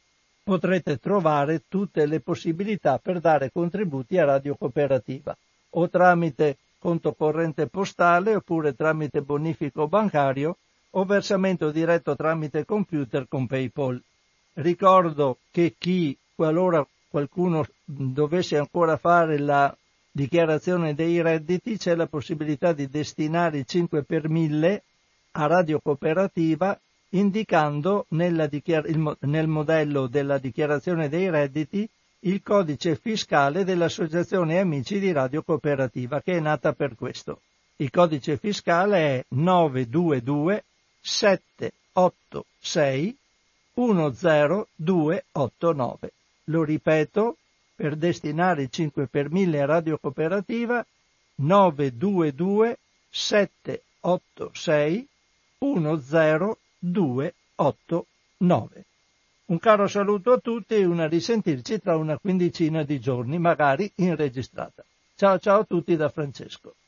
potrete trovare tutte le possibilità per dare contributi a Radio Cooperativa, o tramite conto corrente postale, oppure tramite bonifico bancario, o versamento diretto tramite computer con PayPal. Ricordo che chi, qualora qualcuno dovesse ancora fare la dichiarazione dei redditi, c'è la possibilità di destinare il cinque per mille a Radio Cooperativa, indicando nella dichiar- il, nel modello della dichiarazione dei redditi il codice fiscale dell'Associazione Amici di Radio Cooperativa, che è nata per questo. Il codice fiscale è nove due due sette otto sei uno zero due otto nove. Lo ripeto, per destinare il cinque per mille a Radio Cooperativa, nove due due sette otto sei uno zero due otto nove. Un caro saluto a tutti e una risentirci tra una quindicina di giorni, magari in registrata. Ciao ciao a tutti da Francesco.